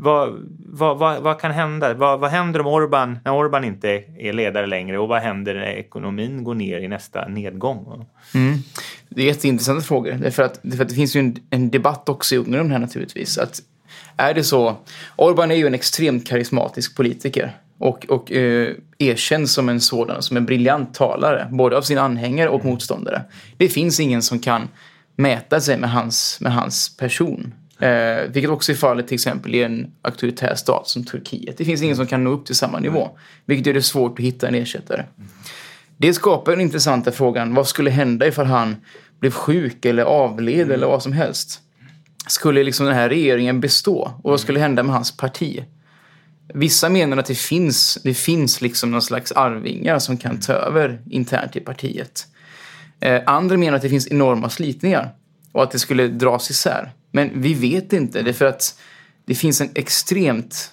Vad kan hända? Vad händer om när Orbán inte är ledare längre, och vad händer när ekonomin går ner i nästa nedgång? Det är jätteintressanta frågor. Därför att det finns ju en debatt också i Ungern om det här naturligtvis. Att är det så? Orbán är ju en extremt karismatisk politiker. Och erkänns som en sådan, som en briljant talare, både av sina anhängare och motståndare. Det finns ingen som kan mäta sig med hans person. Vilket också är fallet till exempel i en auktoritär stat som Turkiet. Det finns ingen som kan nå upp till samma nivå. Vilket gör det svårt att hitta en ersättare. Det skapar den intressanta frågan, vad skulle hända ifall han blev sjuk eller avled eller vad som helst? Skulle liksom den här regeringen bestå? Och vad skulle hända med hans parti? Vissa menar att det finns liksom någon slags arvingar som kan ta över internt i partiet. Andra menar att det finns enorma slitningar och att det skulle dras isär. Men vi vet inte, det är för att det finns en extremt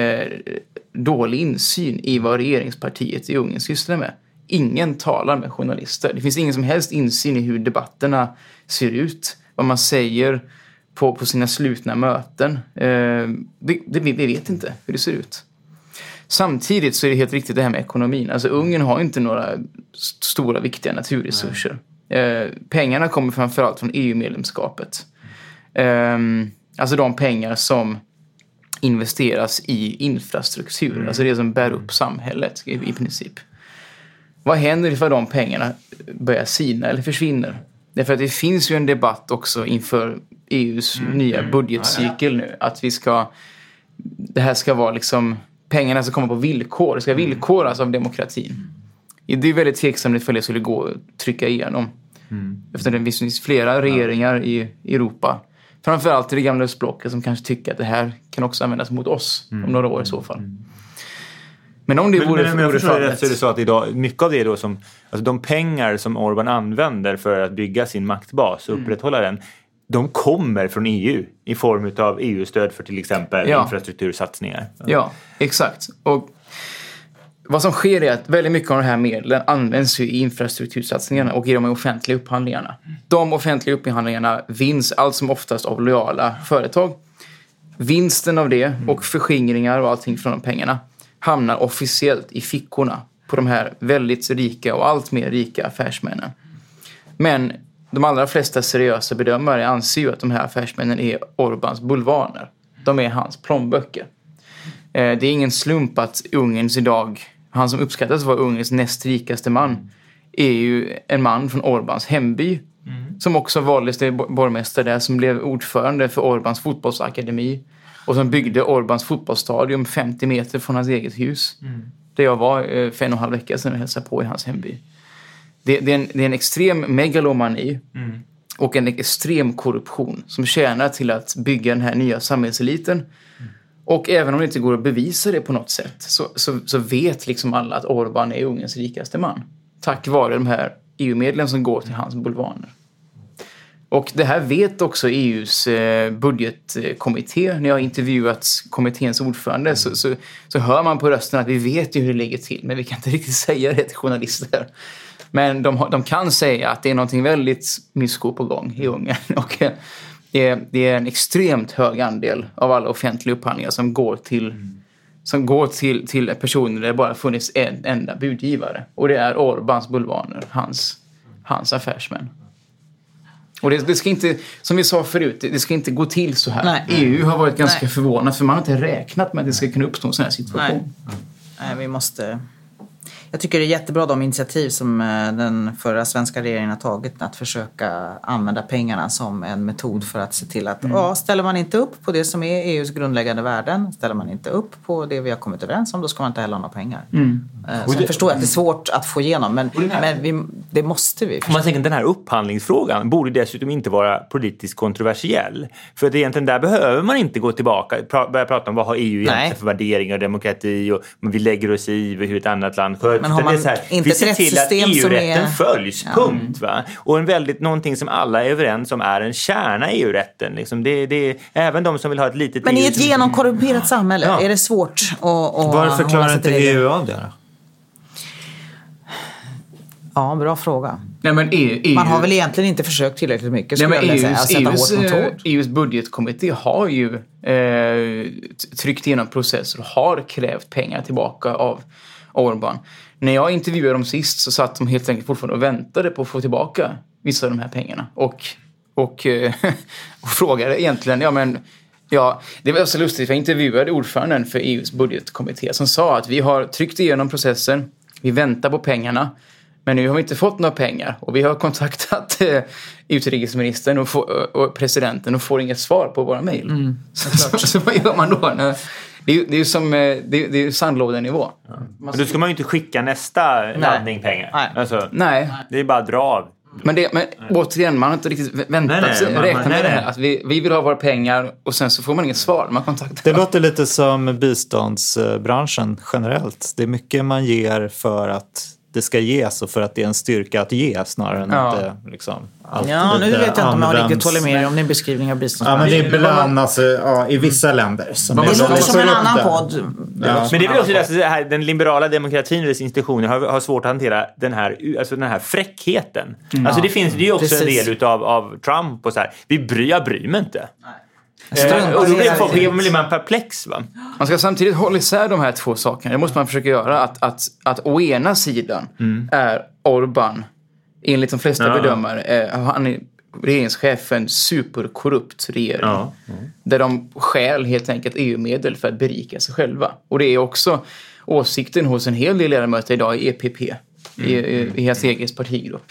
dålig insyn i vad regeringspartiet i Ungern sysslar med. Ingen talar med journalister. Det finns ingen som helst insyn i hur debatterna ser ut, vad man säger på sina slutna möten. Vi vet inte hur det ser ut. Samtidigt så är det helt riktigt det här med ekonomin. Alltså Ungern har inte några stora viktiga naturresurser. Pengarna kommer framförallt från EU-medlemskapet. Alltså de pengar som investeras i infrastruktur. Alltså det som bär upp samhället i princip. Vad händer ifall de pengarna börjar sina eller försvinner? Därför att det finns ju en debatt också inför EUs nya budgetcykel nu. Att det här ska vara liksom, pengarna ska komma på villkor. Det ska villkoras av demokratin. Det är väldigt tveksamt för det skulle gå att trycka igenom. Efter det finns flera regeringar i Europa. Framförallt i det gamla östblocket som kanske tycker att det här kan också användas mot oss om några år i så fall. Men om det vore fallet, så är det så att idag, mycket av det då som, alltså de pengar som Orbán använder för att bygga sin maktbas och upprätthålla den, de kommer från EU i form av EU-stöd för till exempel infrastruktursatsningar. Ja, exakt. Och vad som sker är att väldigt mycket av de här medlen används ju i infrastruktursatsningarna och i de offentliga upphandlingarna. De offentliga upphandlingarna vinns allt som oftast av lojala företag. Vinsten av det och förskingringar och allting från de pengarna hamnar officiellt i fickorna på de här väldigt rika och allt mer rika affärsmännen. Men de allra flesta seriösa bedömare anser ju att de här affärsmännen är Orbáns bulvaner. De är hans plånböcker. Det är ingen slump att Ungerns idag, han som uppskattas vara Ungerns näst rikaste man, är ju en man från Orbáns hemby. Som också valdes till borgmästare där, som blev ordförande för Orbáns fotbollsakademi. Och som byggde Orbáns fotbollsstadion 50 meter från hans eget hus. Där jag var för 1,5 vecka sedan och hälsade på i hans hemby. Det är en extrem megalomani och en extrem korruption som tjänar till att bygga den här nya samhällseliten. Och även om det inte går att bevisa det på något sätt så vet liksom alla att Orbán är Ungerns rikaste man. Tack vare de här EU-medlen som går till hans bulvaner. Och det här vet också EUs budgetkommitté. När jag har intervjuat kommitténs ordförande så hör man på rösten att vi vet ju hur det ligger till. Men vi kan inte riktigt säga det till journalister. Men de kan säga att det är någonting väldigt mysko på gång i Ungern. Och det är en extremt hög andel av alla offentliga upphandlingar som går till som går till personer där det bara funnits en enda budgivare. Och det är Orbáns bulvaner, hans affärsmän. Och det ska inte, som vi sa förut, det ska inte gå till så här. Nej. EU har varit ganska förvånad för man har inte räknat med att det ska kunna uppstå en sån här situation. Nej, vi måste... Jag tycker det är jättebra de initiativ som den förra svenska regeringen har tagit att försöka använda pengarna som en metod för att se till att ställer man inte upp på det som är EUs grundläggande värden, ställer man inte upp på det vi har kommit överens om, då ska man inte heller ha några pengar. Så jag förstår att det är svårt att få igenom, men det måste vi. Om man tänker den här upphandlingsfrågan borde dessutom inte vara politiskt kontroversiell. För att egentligen där behöver man inte gå tillbaka börja prata om vad har EU egentligen för värderingar och demokrati och vi lägger oss i hur ett annat land för. Men har man så här, inte vi ser till att EU-rätten följs, punkt. Va? Och någonting som alla är överens om är en kärna i EU-rätten. Liksom. Det är även de som vill ha ett litet Men EU i ett genomkorrumperat samhälle är det svårt att varför klarar inte EU av det då? Ja, bra fråga. Nej, men EU, man har väl egentligen inte försökt tillräckligt mycket. EUs budgetkommitté har ju tryckt igenom processer och har krävt pengar tillbaka av Orbán. När jag intervjuade dem sist så satt de helt enkelt fortfarande och väntade på att få tillbaka vissa av de här pengarna. Och frågade egentligen, det var så lustigt för jag intervjuade ordföranden för EUs budgetkommitté som sa att vi har tryckt igenom processen, vi väntar på pengarna. Men nu har vi inte fått några pengar och vi har kontaktat utrikesministern och presidenten och får inget svar på våra mejl. Så vad gör man då? Det är ju sandlådenivå. Men då ska man ju inte skicka nästa laddning pengar. Nej. Alltså, nej. Det är bara att dra av. Men återigen, man har inte riktigt räknat med det här. Att vi vill ha våra pengar och sen så får man inget svar. Man kontaktar. Det låter lite som biståndsbranschen generellt. Det är mycket man ger för att det ska ges och för att det är en styrka att ge snarare än att liksom nu vet jag inte om jag riktigt håller med om din beskrivning av biståndsbranschen. Ja, men det är ibland i vissa länder. Som det låter som en annan podd. Ja. Men det är väl också det här, den liberala demokratin och dess institutioner har svårt att hantera den här fräckheten. Alltså det är ju också en del av Trump och så här. Jag bryr mig inte. Och då blir man perplex, va? Man ska samtidigt hålla isär de här två sakerna. Det måste man försöka göra. Att å ena sidan är Orbán, enligt de flesta bedömare, han är regeringschef för en superkorrupt regering. Där de stjäl helt enkelt EU-medel för att berika sig själva. Och det är också åsikten hos en hel del ledamöter idag i EPP. I hans egen partigrupp.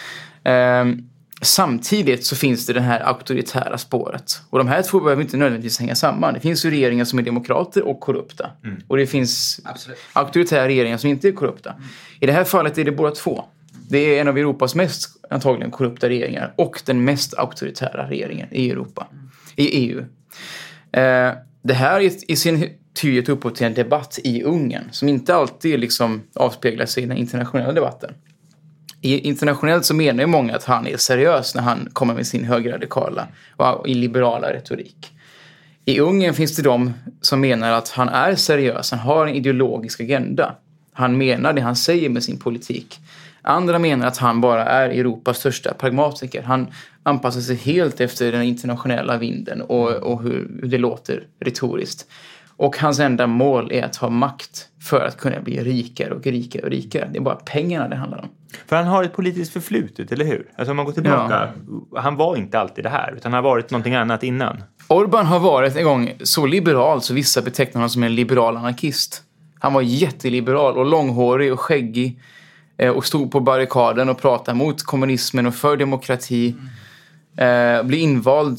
Samtidigt så finns det det här auktoritära spåret. Och de här två behöver inte nödvändigtvis hänga samman. Det finns ju regeringar som är demokrater och korrupta. Och det finns auktoritära regeringar som inte är korrupta. I det här fallet är det båda två. Det är en av Europas mest antagligen korrupta regeringar. Och den mest auktoritära regeringen i Europa. I EU. Det här är i sin tydligt upphov till en debatt i Ungern. Som inte alltid liksom avspeglar sig i den internationella debatten. Internationellt så menar ju många att han är seriös när han kommer med sin högerradikala och liberala retorik. I Ungern finns det de som menar att han är seriös, han har en ideologisk agenda. Han menar det han säger med sin politik. Andra menar att han bara är Europas största pragmatiker. Han anpassar sig helt efter den internationella vinden och hur det låter retoriskt. Och hans enda mål är att ha makt för att kunna bli rikare och rikare och rikare. Det är bara pengarna det handlar om. För han har ett politiskt förflutet, eller hur? Alltså om man går tillbaka, han var inte alltid det här, utan han har varit någonting annat innan. Orbán har varit en gång så liberal så vissa betecknar honom som en liberal anarkist. Han var jätteliberal och långhårig och skäggig och stod på barrikaden och pratade mot kommunismen och för demokrati. Blev invald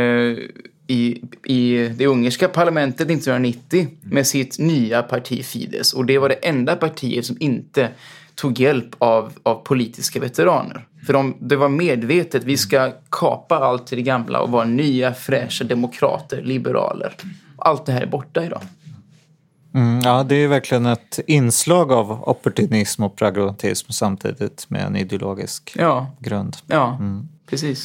i det ungerska parlamentet 1990 med sitt nya parti Fidesz. Och det var det enda partiet som inte tog hjälp av politiska veteraner. För det var medvetet, vi ska kapa allt till det gamla och vara nya, fräscha demokrater, liberaler. Allt det här är borta idag. Ja, det är verkligen ett inslag av opportunism och pragmatism samtidigt med en ideologisk grund. Ja, precis.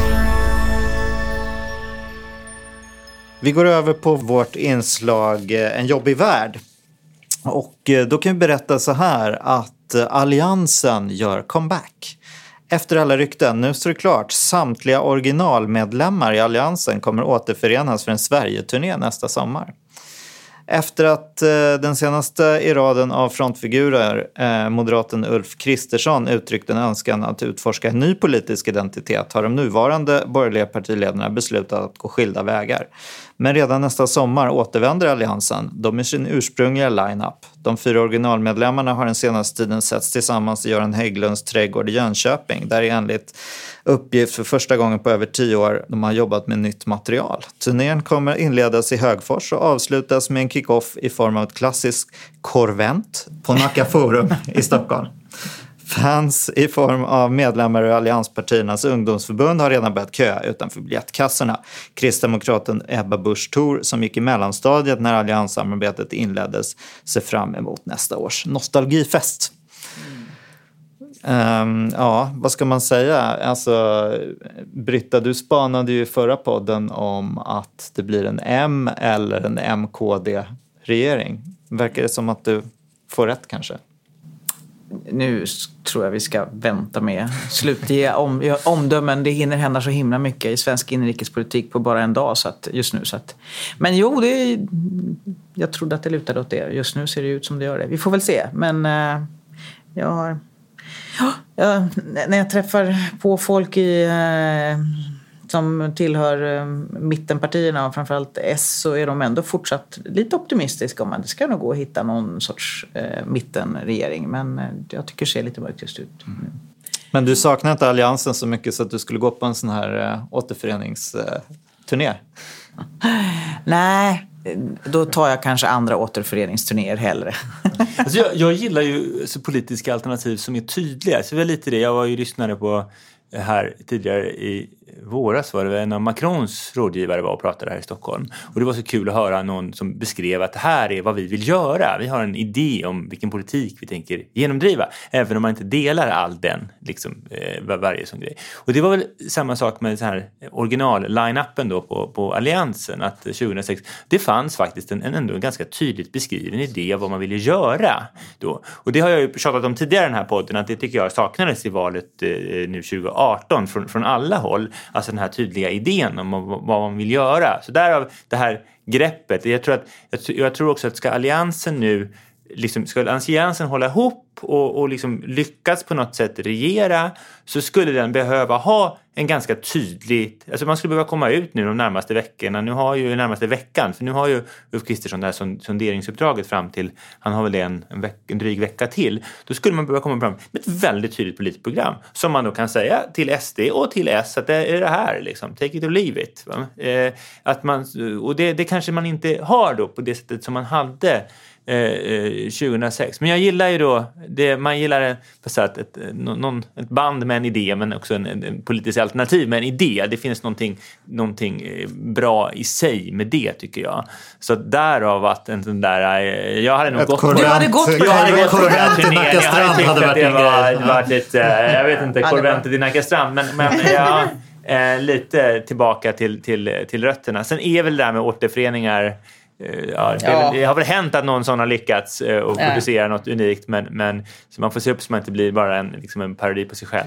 Vi går över på vårt inslag En jobbig värld. Och då kan vi berätta så här att Alliansen gör comeback. Efter alla rykten, nu står det klart, samtliga originalmedlemmar i Alliansen kommer återförenas för en Sverige-turné nästa sommar. Efter att den senaste i raden av frontfigurer, moderaten Ulf Kristersson, uttryckt en önskan att utforska en ny politisk identitet har de nuvarande borgerliga partiledarna beslutat att gå skilda vägar. Men redan nästa sommar återvänder alliansen, de i sin ursprungliga line-up. De 4 originalmedlemmarna har den senaste tiden setts tillsammans i Göran Hägglunds trädgård i Jönköping, där enligt uppgift för första gången på över 10 år de har jobbat med nytt material. Turnén kommer inledas i Högfors och avslutas med en kick-off i form av ett klassiskt korvent på Nacka Forum i Stockholm. Fans i form av medlemmar i allianspartiernas ungdomsförbund har redan börjat köa utanför biljettkassorna. Kristdemokraten Ebba Busch Thor, som gick i mellanstadiet när allianssamarbetet inleddes, ser fram emot nästa års nostalgifest. Ja, vad ska man säga? Alltså, Britta, du spanade ju i förra podden om att det blir en M- eller en MKD-regering. Verkar det som att du får rätt kanske? Nu tror jag vi ska vänta med slutliga omdömen. Det hinner hända så himla mycket i svensk inrikespolitik på bara en dag just nu. Men jo, jag trodde att det lutade åt det. Just nu ser det ut som det gör det. Vi får väl se. Men när jag träffar på folk som tillhör mittenpartierna och framförallt S, så är de ändå fortsatt lite optimistiska om att det ska nog gå att hitta någon sorts mittenregering. Men jag tycker det ser lite mörkt just ut. Men du saknar inte alliansen så mycket så att du skulle gå på en sån här återföreningsturné? Nej, då tar jag kanske andra återföreningsturnéer hellre. Alltså jag gillar ju politiska alternativ som är tydliga. Så det var lite det. Jag var ju lyssnare på här tidigare i våras, var det en av Macrons rådgivare var och pratade här i Stockholm. Och det var så kul att höra någon som beskrev att det här är vad vi vill göra. Vi har en idé om vilken politik vi tänker genomdriva. Även om man inte delar all den, liksom, varje sån grej. Och det var väl samma sak med så här original-line-upen då på Alliansen. Att 2006, det fanns faktiskt ändå en ganska tydligt beskriven idé av vad man ville göra då. Och det har jag ju tjatat om tidigare i den här podden, att det tycker jag saknades i valet nu 2018 från alla håll. Alltså den här tydliga idén om vad man vill göra. Så därav det här greppet. Jag tror också att ska alliansen nu ska alliansen hålla ihop och liksom lyckas på något sätt regera, så skulle den behöva ha en ganska tydligt, alltså man skulle behöva komma ut nu de närmaste veckorna, närmaste veckan, för nu har ju Ulf Kristersson det här sonderingsuppdraget fram till, han har väl det en dryg vecka till, då skulle man behöva komma fram med ett väldigt tydligt politiskt program som man då kan säga till SD och till S att det är det här liksom, take it or leave it, va? Och det kanske man inte har då på det sättet som man hade 2006. Men jag gillar ju då man gillar ett band med en idé, men också en politisk alternativ med en idé. Det finns någonting bra i sig med det, tycker jag. Så därav att en sån där jag hade nog gått på den här turnén. Jag hade tyckt att det var lite, jag vet inte, korventet i Nackastrand, men ja, lite tillbaka till rötterna. Sen är väl det där med återföreningar. Det har väl hänt att någon sån har lyckats och producera något unikt, men så man får se upp så man inte blir bara en parodi på sig själv.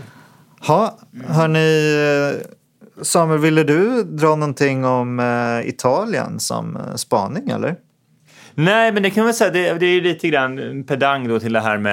Hörni, Samuel, ville du dra någonting om Italien som spaning, eller? Nej, men det kan man säga, det är lite grann pedang då till det här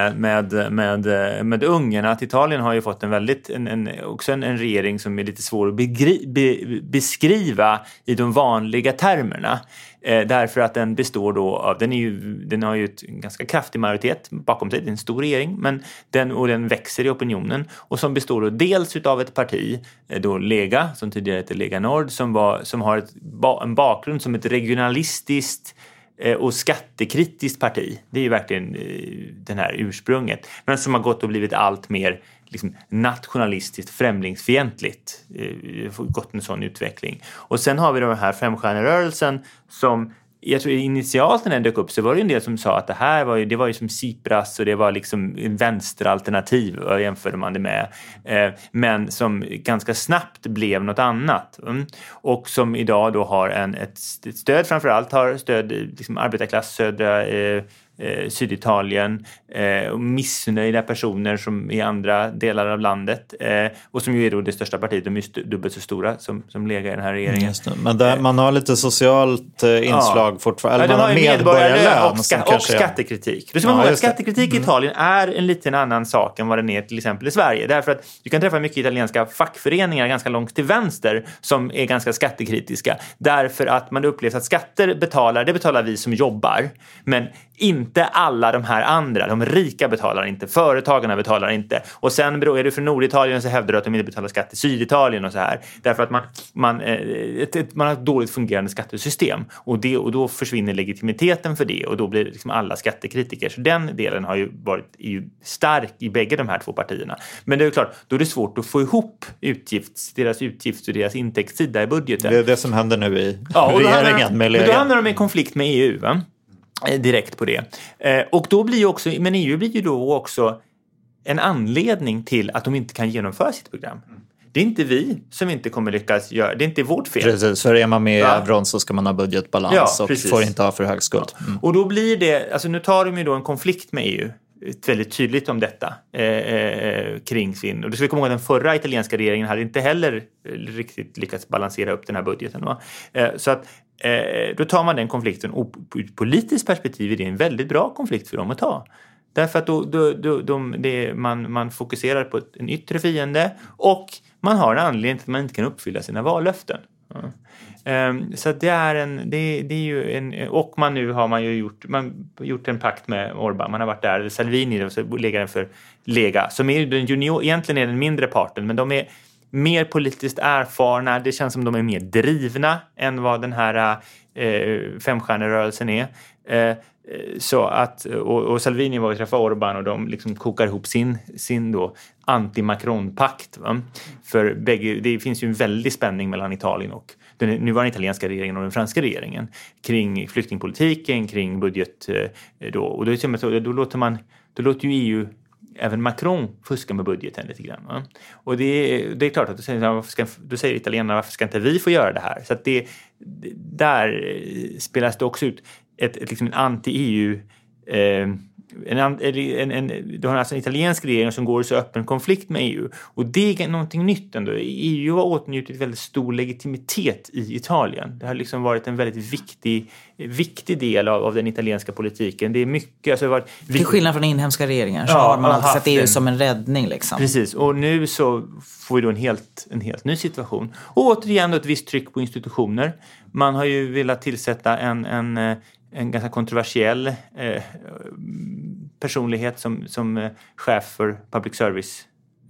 med Ungern, att Italien har ju fått också en regering som är lite svår att beskriva i de vanliga termerna. Därför att den består då av, den har ju en ganska kraftig majoritet bakom sig, det är en stor regering, men den växer i opinionen, och som består då dels utav ett parti, då Lega, som tidigare hette Lega Nord, som har en bakgrund som ett regionalistiskt och skattekritiskt parti. Det är ju verkligen den här ursprunget, men som har gått och blivit allt mer liksom nationalistiskt, främlingsfientligt, gått en sån utveckling. Och sen har vi den här femstjärnerörelsen som, jag tror initialt när den dök upp så var det en del som sa att det var ju som Tsipras, och det var liksom en vänsteralternativ, jämförde man det med, men som ganska snabbt blev något annat, och som idag då har ett stöd, framförallt har stöd liksom arbetarklass, södra Syditalien, missnöjda personer som i andra delar av landet och som ju är då det största partiet, de är ju dubbelt så stora som Lega i den här regeringen. Men där, man har lite socialt inslag fortfarande, eller man har medborgarlön och skattekritik. Du ska man ihåg, skattekritik i Italien är en liten annan sak än vad den är till exempel i Sverige, därför att du kan träffa mycket italienska fackföreningar ganska långt till vänster som är ganska skattekritiska, därför att man upplevs att skatter betalar vi som jobbar, men inte alla de här andra. De rika betalar inte, företagarna betalar inte. Och sen är du från Norditalien så hävdar du att de inte betalar skatt i Syditalien och så här. Därför att man har ett dåligt fungerande skattesystem. Och då försvinner legitimiteten för det. Och då blir liksom alla skattekritiker. Så den delen har ju varit stark i bägge de här två partierna. Men det är klart, då är det svårt att få ihop deras utgifts- och deras intäktssida i budgeten. Det är det som händer nu i regeringen med Lega. Då hamnar de i konflikt med EU, va? Direkt på det. Och då blir ju också, men EU blir ju då också en anledning till att de inte kan genomföra sitt program. Det är inte vi som inte kommer lyckas göra, det är inte vårt fel. Precis, för är man med i euron så ska man ha budgetbalans och precis. Får inte ha för hög skuld. Och då blir det, alltså nu tar de ju då en konflikt med EU väldigt tydligt om detta kring sin, och det ska vi komma ihåg att den förra italienska regeringen hade inte heller riktigt lyckats balansera upp den här budgeten. Så att då tar man den konflikten, och på ett politiskt perspektiv är det en väldigt bra konflikt för dem att ta. Därför att man fokuserar på en yttre fiende och man har en anledning till att man inte kan uppfylla sina vallöften. Så det är ju en, och nu har man ju gjort en pakt med Orbán. Man har varit där, Salvini, och så lägger den för Lega, som är den egentligen är den mindre parten, men de är mer politiskt erfarna. Det känns som de är mer drivna än vad den här femstjärnerörelsen är. Så att, och Salvini var och träffade Orbán och de liksom kokar ihop sin då anti-Macron-pakt. Va? För det finns ju en väldig spänning mellan Italien och den nuvarande italienska regeringen och den franska regeringen kring flyktingpolitiken, kring budget då. Och då låter ju EU, även Macron, fuska med budgeten lite grann. Va? Och det är klart att då säger italienarna, varför ska inte vi få göra det här? Så att där spelas det också ut liksom en anti-EU du har alltså en italiensk regering som går i så öppen konflikt med EU, och det är någonting nytt ändå. EU har åtnjutit väldigt stor legitimitet i Italien. Det har liksom varit en väldigt viktig del av den italienska politiken. Det är mycket, alltså till skillnad från inhemska regeringar så har man alltid sett EU som en räddning liksom. Precis, och nu så får vi då en helt ny situation. Och återigen då ett visst tryck på institutioner. Man har ju velat tillsätta en ganska kontroversiell personlighet som chef för public service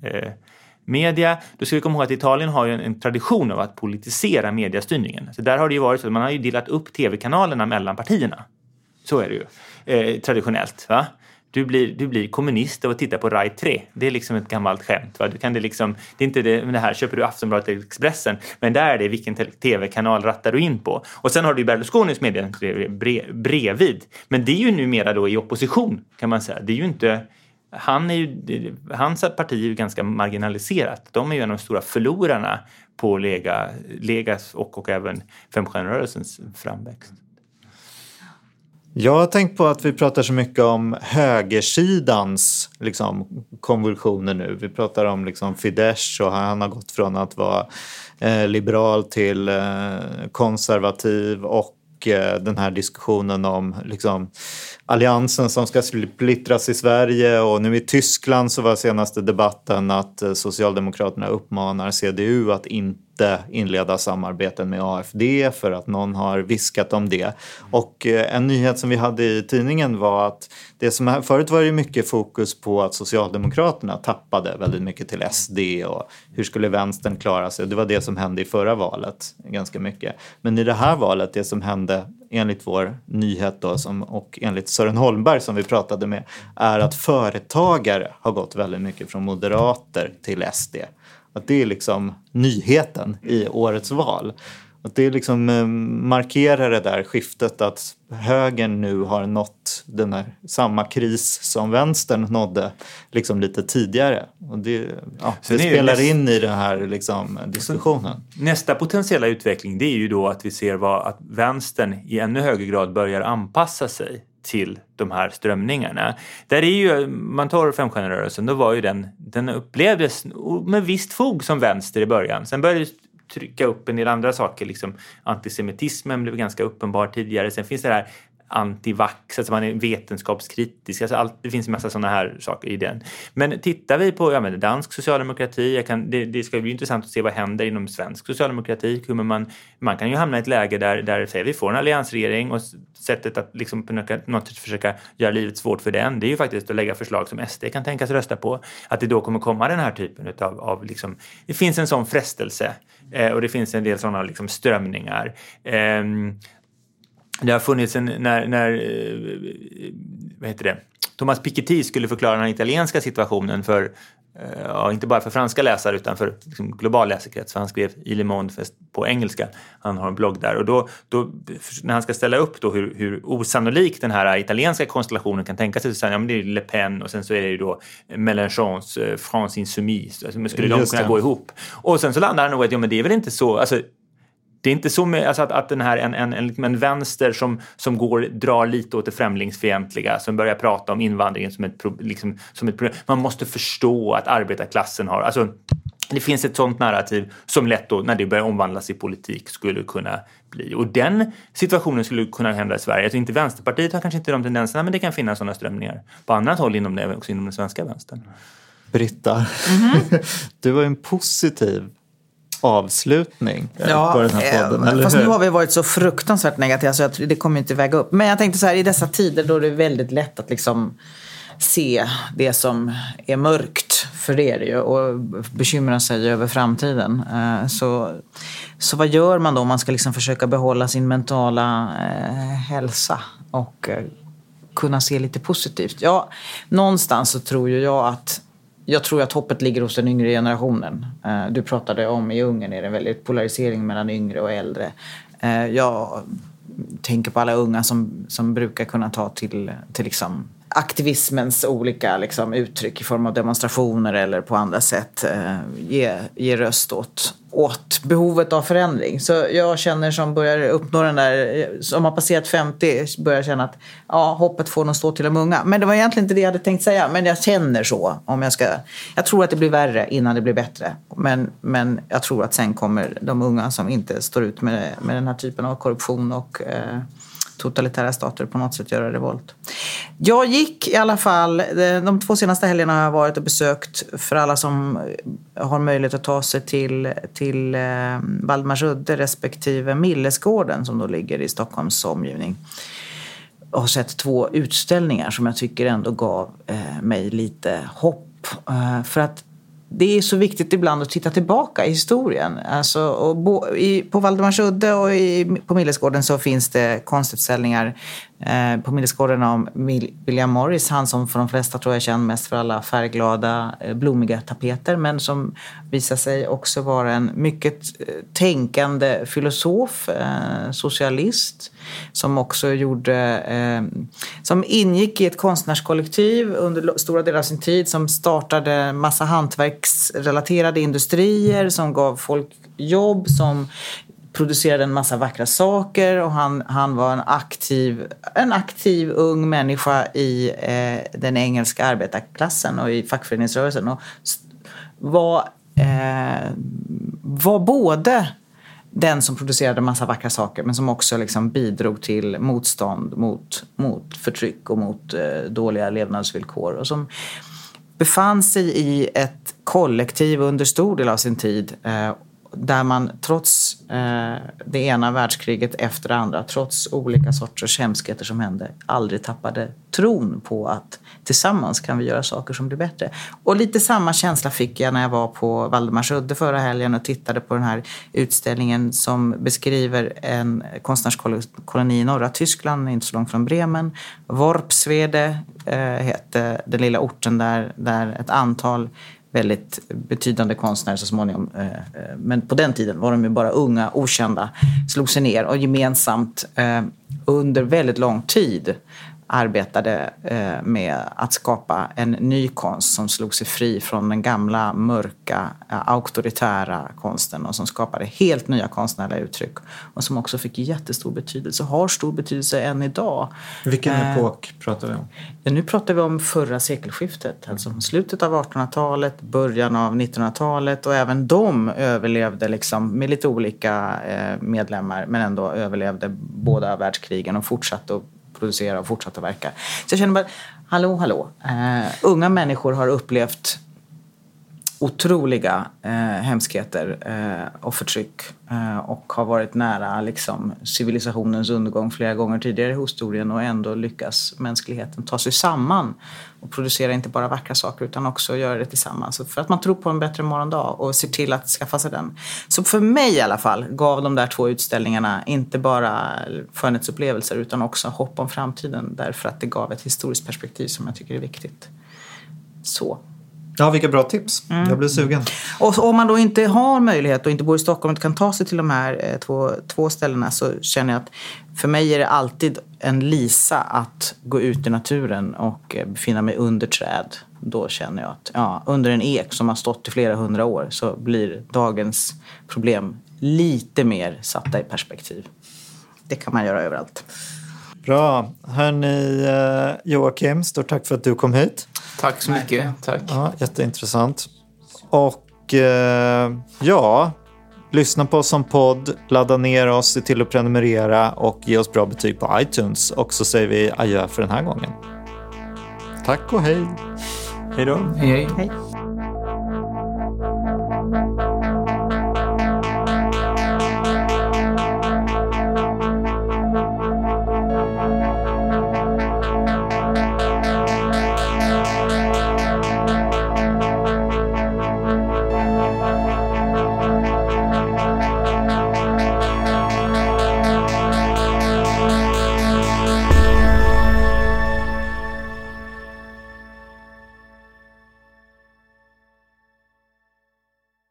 media. Då ska vi komma ihåg att Italien har ju en tradition av att politisera mediastyrningen. Så där har det ju varit så att man har ju delat upp tv-kanalerna mellan partierna. Så är det ju traditionellt, va? Du blir kommunist av att titta på Rai 3. Det är liksom ett gammalt skämt. Va? Det är inte det här, köper du Aftonbladet eller Expressen, men där är det vilken tv-kanal rattar du in på. Och sen har du Berlusconis media bredvid. Men det är ju numera då i opposition, kan man säga. Det är ju inte, hans parti är ju ganska marginaliserat. De är ju en av de stora förlorarna på Legas och även femstjärnerörelsens framväxt. Jag har tänkt på att vi pratar så mycket om högersidans liksom, konvulsioner nu. Vi pratar om liksom, Fidesz, och han har gått från att vara liberal till konservativ, och den här diskussionen om liksom, alliansen som ska splittras i Sverige, och nu i Tyskland så var senaste debatten att Socialdemokraterna uppmanar CDU att inte inleda samarbeten med AfD för att någon har viskat om det. Och en nyhet som vi hade i tidningen var att det som förut var det mycket fokus på att Socialdemokraterna tappade väldigt mycket till SD och hur skulle vänstern klara sig. Det var det som hände i förra valet ganska mycket. Men i det här valet, det som hände enligt vår nyhet då, och enligt Sören Holmberg som vi pratade med, är att företagare har gått väldigt mycket från moderater till SD. Att det är liksom nyheten i årets val. Att det liksom markerar det där skiftet att högern nu har nått den här samma kris som vänstern nådde liksom lite tidigare. Och det spelar in i den här liksom diskussionen. Nästa potentiella utveckling, det är ju då att vi ser att vänstern i ännu högre grad börjar anpassa sig till de här strömningarna. Där är ju, man tar femstjärnerörelsen, då var ju den upplevdes med visst fog som vänster i början. Sen började det trycka upp en del andra saker, liksom antisemitismen blev ganska uppenbar tidigare. Sen finns det här antivax, alltså man är vetenskapskritisk, alltså det finns en massa sådana här saker i den. Men tittar vi på dansk socialdemokrati, det ska bli intressant att se vad händer inom svensk socialdemokrati. Man kan ju hamna i ett läge där säger vi får en alliansregering, och sättet att liksom på något sätt försöka göra livet svårt för den, det är ju faktiskt att lägga förslag som SD kan tänkas rösta på. Att det då kommer komma den här typen av liksom, det finns en sån frestelse och det finns en del sådana liksom strömningar. Det har funnits när vad heter det? Thomas Piketty skulle förklara den italienska situationen för inte bara för franska läsare utan för liksom, global läsekrets. Så han skrev i Le Monde på engelska. Han har en blogg där. Och då när han ska ställa upp då hur osannolik den här italienska konstellationen kan tänka sig, så men det är Le Pen och sen så är det ju då Mélenchons France Insoumise. Alltså, skulle de kunna gå ihop? Och sen så landar han nog att men det är väl inte så... Alltså, det är inte så med, alltså att den här en vänster som drar lite åt det främlingsfientliga, som börjar prata om invandringen som ett problem. Man måste förstå att arbetarklassen har, alltså det finns ett sånt narrativ som lätt då när det börjar omvandlas i politik skulle kunna bli. Och den situationen skulle kunna hända i Sverige. Alltså inte Vänsterpartiet har kanske inte de tendenserna, men det kan finnas sådana strömningar på annat håll inom det, också inom den svenska vänstern. Britta, du var en positiv avslutning på den här podden, eller fast hur? nu har vi varit så fruktansvärt negativa så att det kommer inte väga upp. Men jag tänkte så här, i dessa tider då det är väldigt lätt att liksom se det som är mörkt, för det är det ju, och bekymra sig över framtiden. Så vad gör man då om man ska liksom försöka behålla sin mentala hälsa och kunna se lite positivt? Ja, någonstans så tror ju jag tror att hoppet ligger hos den yngre generationen. Du pratade om i Ungern är det en väldigt polarisering mellan yngre och äldre. Jag tänker på alla unga som brukar kunna ta till liksom aktivismens olika liksom uttryck i form av demonstrationer eller på andra sätt ge röst åt behovet av förändring. Så jag känner som börjar uppnå den där, som har passerat 50, börjar känna att hoppet får nog stå till de unga. Men det var egentligen inte det jag hade tänkt säga, men jag känner så. Jag tror att det blir värre innan det blir bättre. Men jag tror att sen kommer de unga som inte står ut med den här typen av korruption och totalitära stater på något sätt göra revolt. Jag gick i alla fall, de 2 senaste helgerna har jag varit och besökt, för alla som har möjlighet att ta sig till Valdemarsudde respektive Millesgården som då ligger i Stockholms omgivning. Jag har sett 2 utställningar som jag tycker ändå gav mig lite hopp. För att det är så viktigt ibland att titta tillbaka i historien. Alltså, på Valdemarsudde och på Millesgården så finns det konstutställningar. På Millesgården om William Morris, han som för de flesta tror jag känner mest för alla färgglada, blommiga tapeter, men som visar sig också vara en mycket tänkande filosof, socialist, som också som ingick i ett konstnärskollektiv under stora delar av sin tid, som startade massa hantverksrelaterade industrier, som gav folk jobb, som producerade en massa vackra saker, och han var en aktiv ung människa i den engelska arbetarklassen och i fackföreningsrörelsen, och var både den som producerade en massa vackra saker, men som också liksom bidrog till motstånd mot förtryck och mot dåliga levnadsvillkor, och som befann sig i ett kollektiv under stor del av sin tid, där man trots det ena världskriget efter det andra, trots olika sorters hemskheter som hände, aldrig tappade tron på att tillsammans kan vi göra saker som blir bättre. Och lite samma känsla fick jag när jag var på Valdemarsudde förra helgen och tittade på den här utställningen som beskriver en konstnärskoloni i norra Tyskland, inte så långt från Bremen. Worpswede hette den lilla orten där ett antal väldigt betydande konstnärer så småningom, men på den tiden var de ju bara unga, okända, slog sig ner och gemensamt under väldigt lång tid arbetade med att skapa en ny konst som slog sig fri från den gamla, mörka, auktoritära konsten och som skapade helt nya konstnärliga uttryck och som också fick jättestor betydelse, har stor betydelse än idag. Vilken epok pratar vi om? Ja, nu pratar vi om förra sekelskiftet, alltså slutet av 1800-talet, början av 1900-talet, och även de överlevde liksom med lite olika medlemmar, men ändå överlevde båda världskrigen och fortsatte att producera och fortsätta verka. Så jag känner bara, hallå. Unga människor har upplevt otroliga hemskheter och förtryck och har varit nära liksom, civilisationens undergång flera gånger tidigare i historien, och ändå lyckas mänskligheten ta sig samman och producera inte bara vackra saker utan också göra det tillsammans. För att man tror på en bättre morgondag och ser till att skaffa sig den. Så för mig i alla fall gav de där 2 utställningarna inte bara skönhetsupplevelser utan också hopp om framtiden, därför att det gav ett historiskt perspektiv som jag tycker är viktigt. Så. Ja, vilka bra tips. Jag blir sugen. Och om man då inte har möjlighet och inte bor i Stockholm och inte kan ta sig till de här två ställena, så känner jag att för mig är det alltid en lisa att gå ut i naturen och befinna mig under träd. Då känner jag att under en ek som har stått i flera 100 år så blir dagens problem lite mer satta i perspektiv. Det kan man göra överallt. Bra. Hörni, Joakim, stort tack för att du kom hit. Tack så mycket. Tack. Ja, jätteintressant. Och lyssna på oss som podd, ladda ner oss, se till att prenumerera och ge oss bra betyg på iTunes. Och så säger vi adjö för den här gången. Tack och hej. Hej då. Hej. Hej.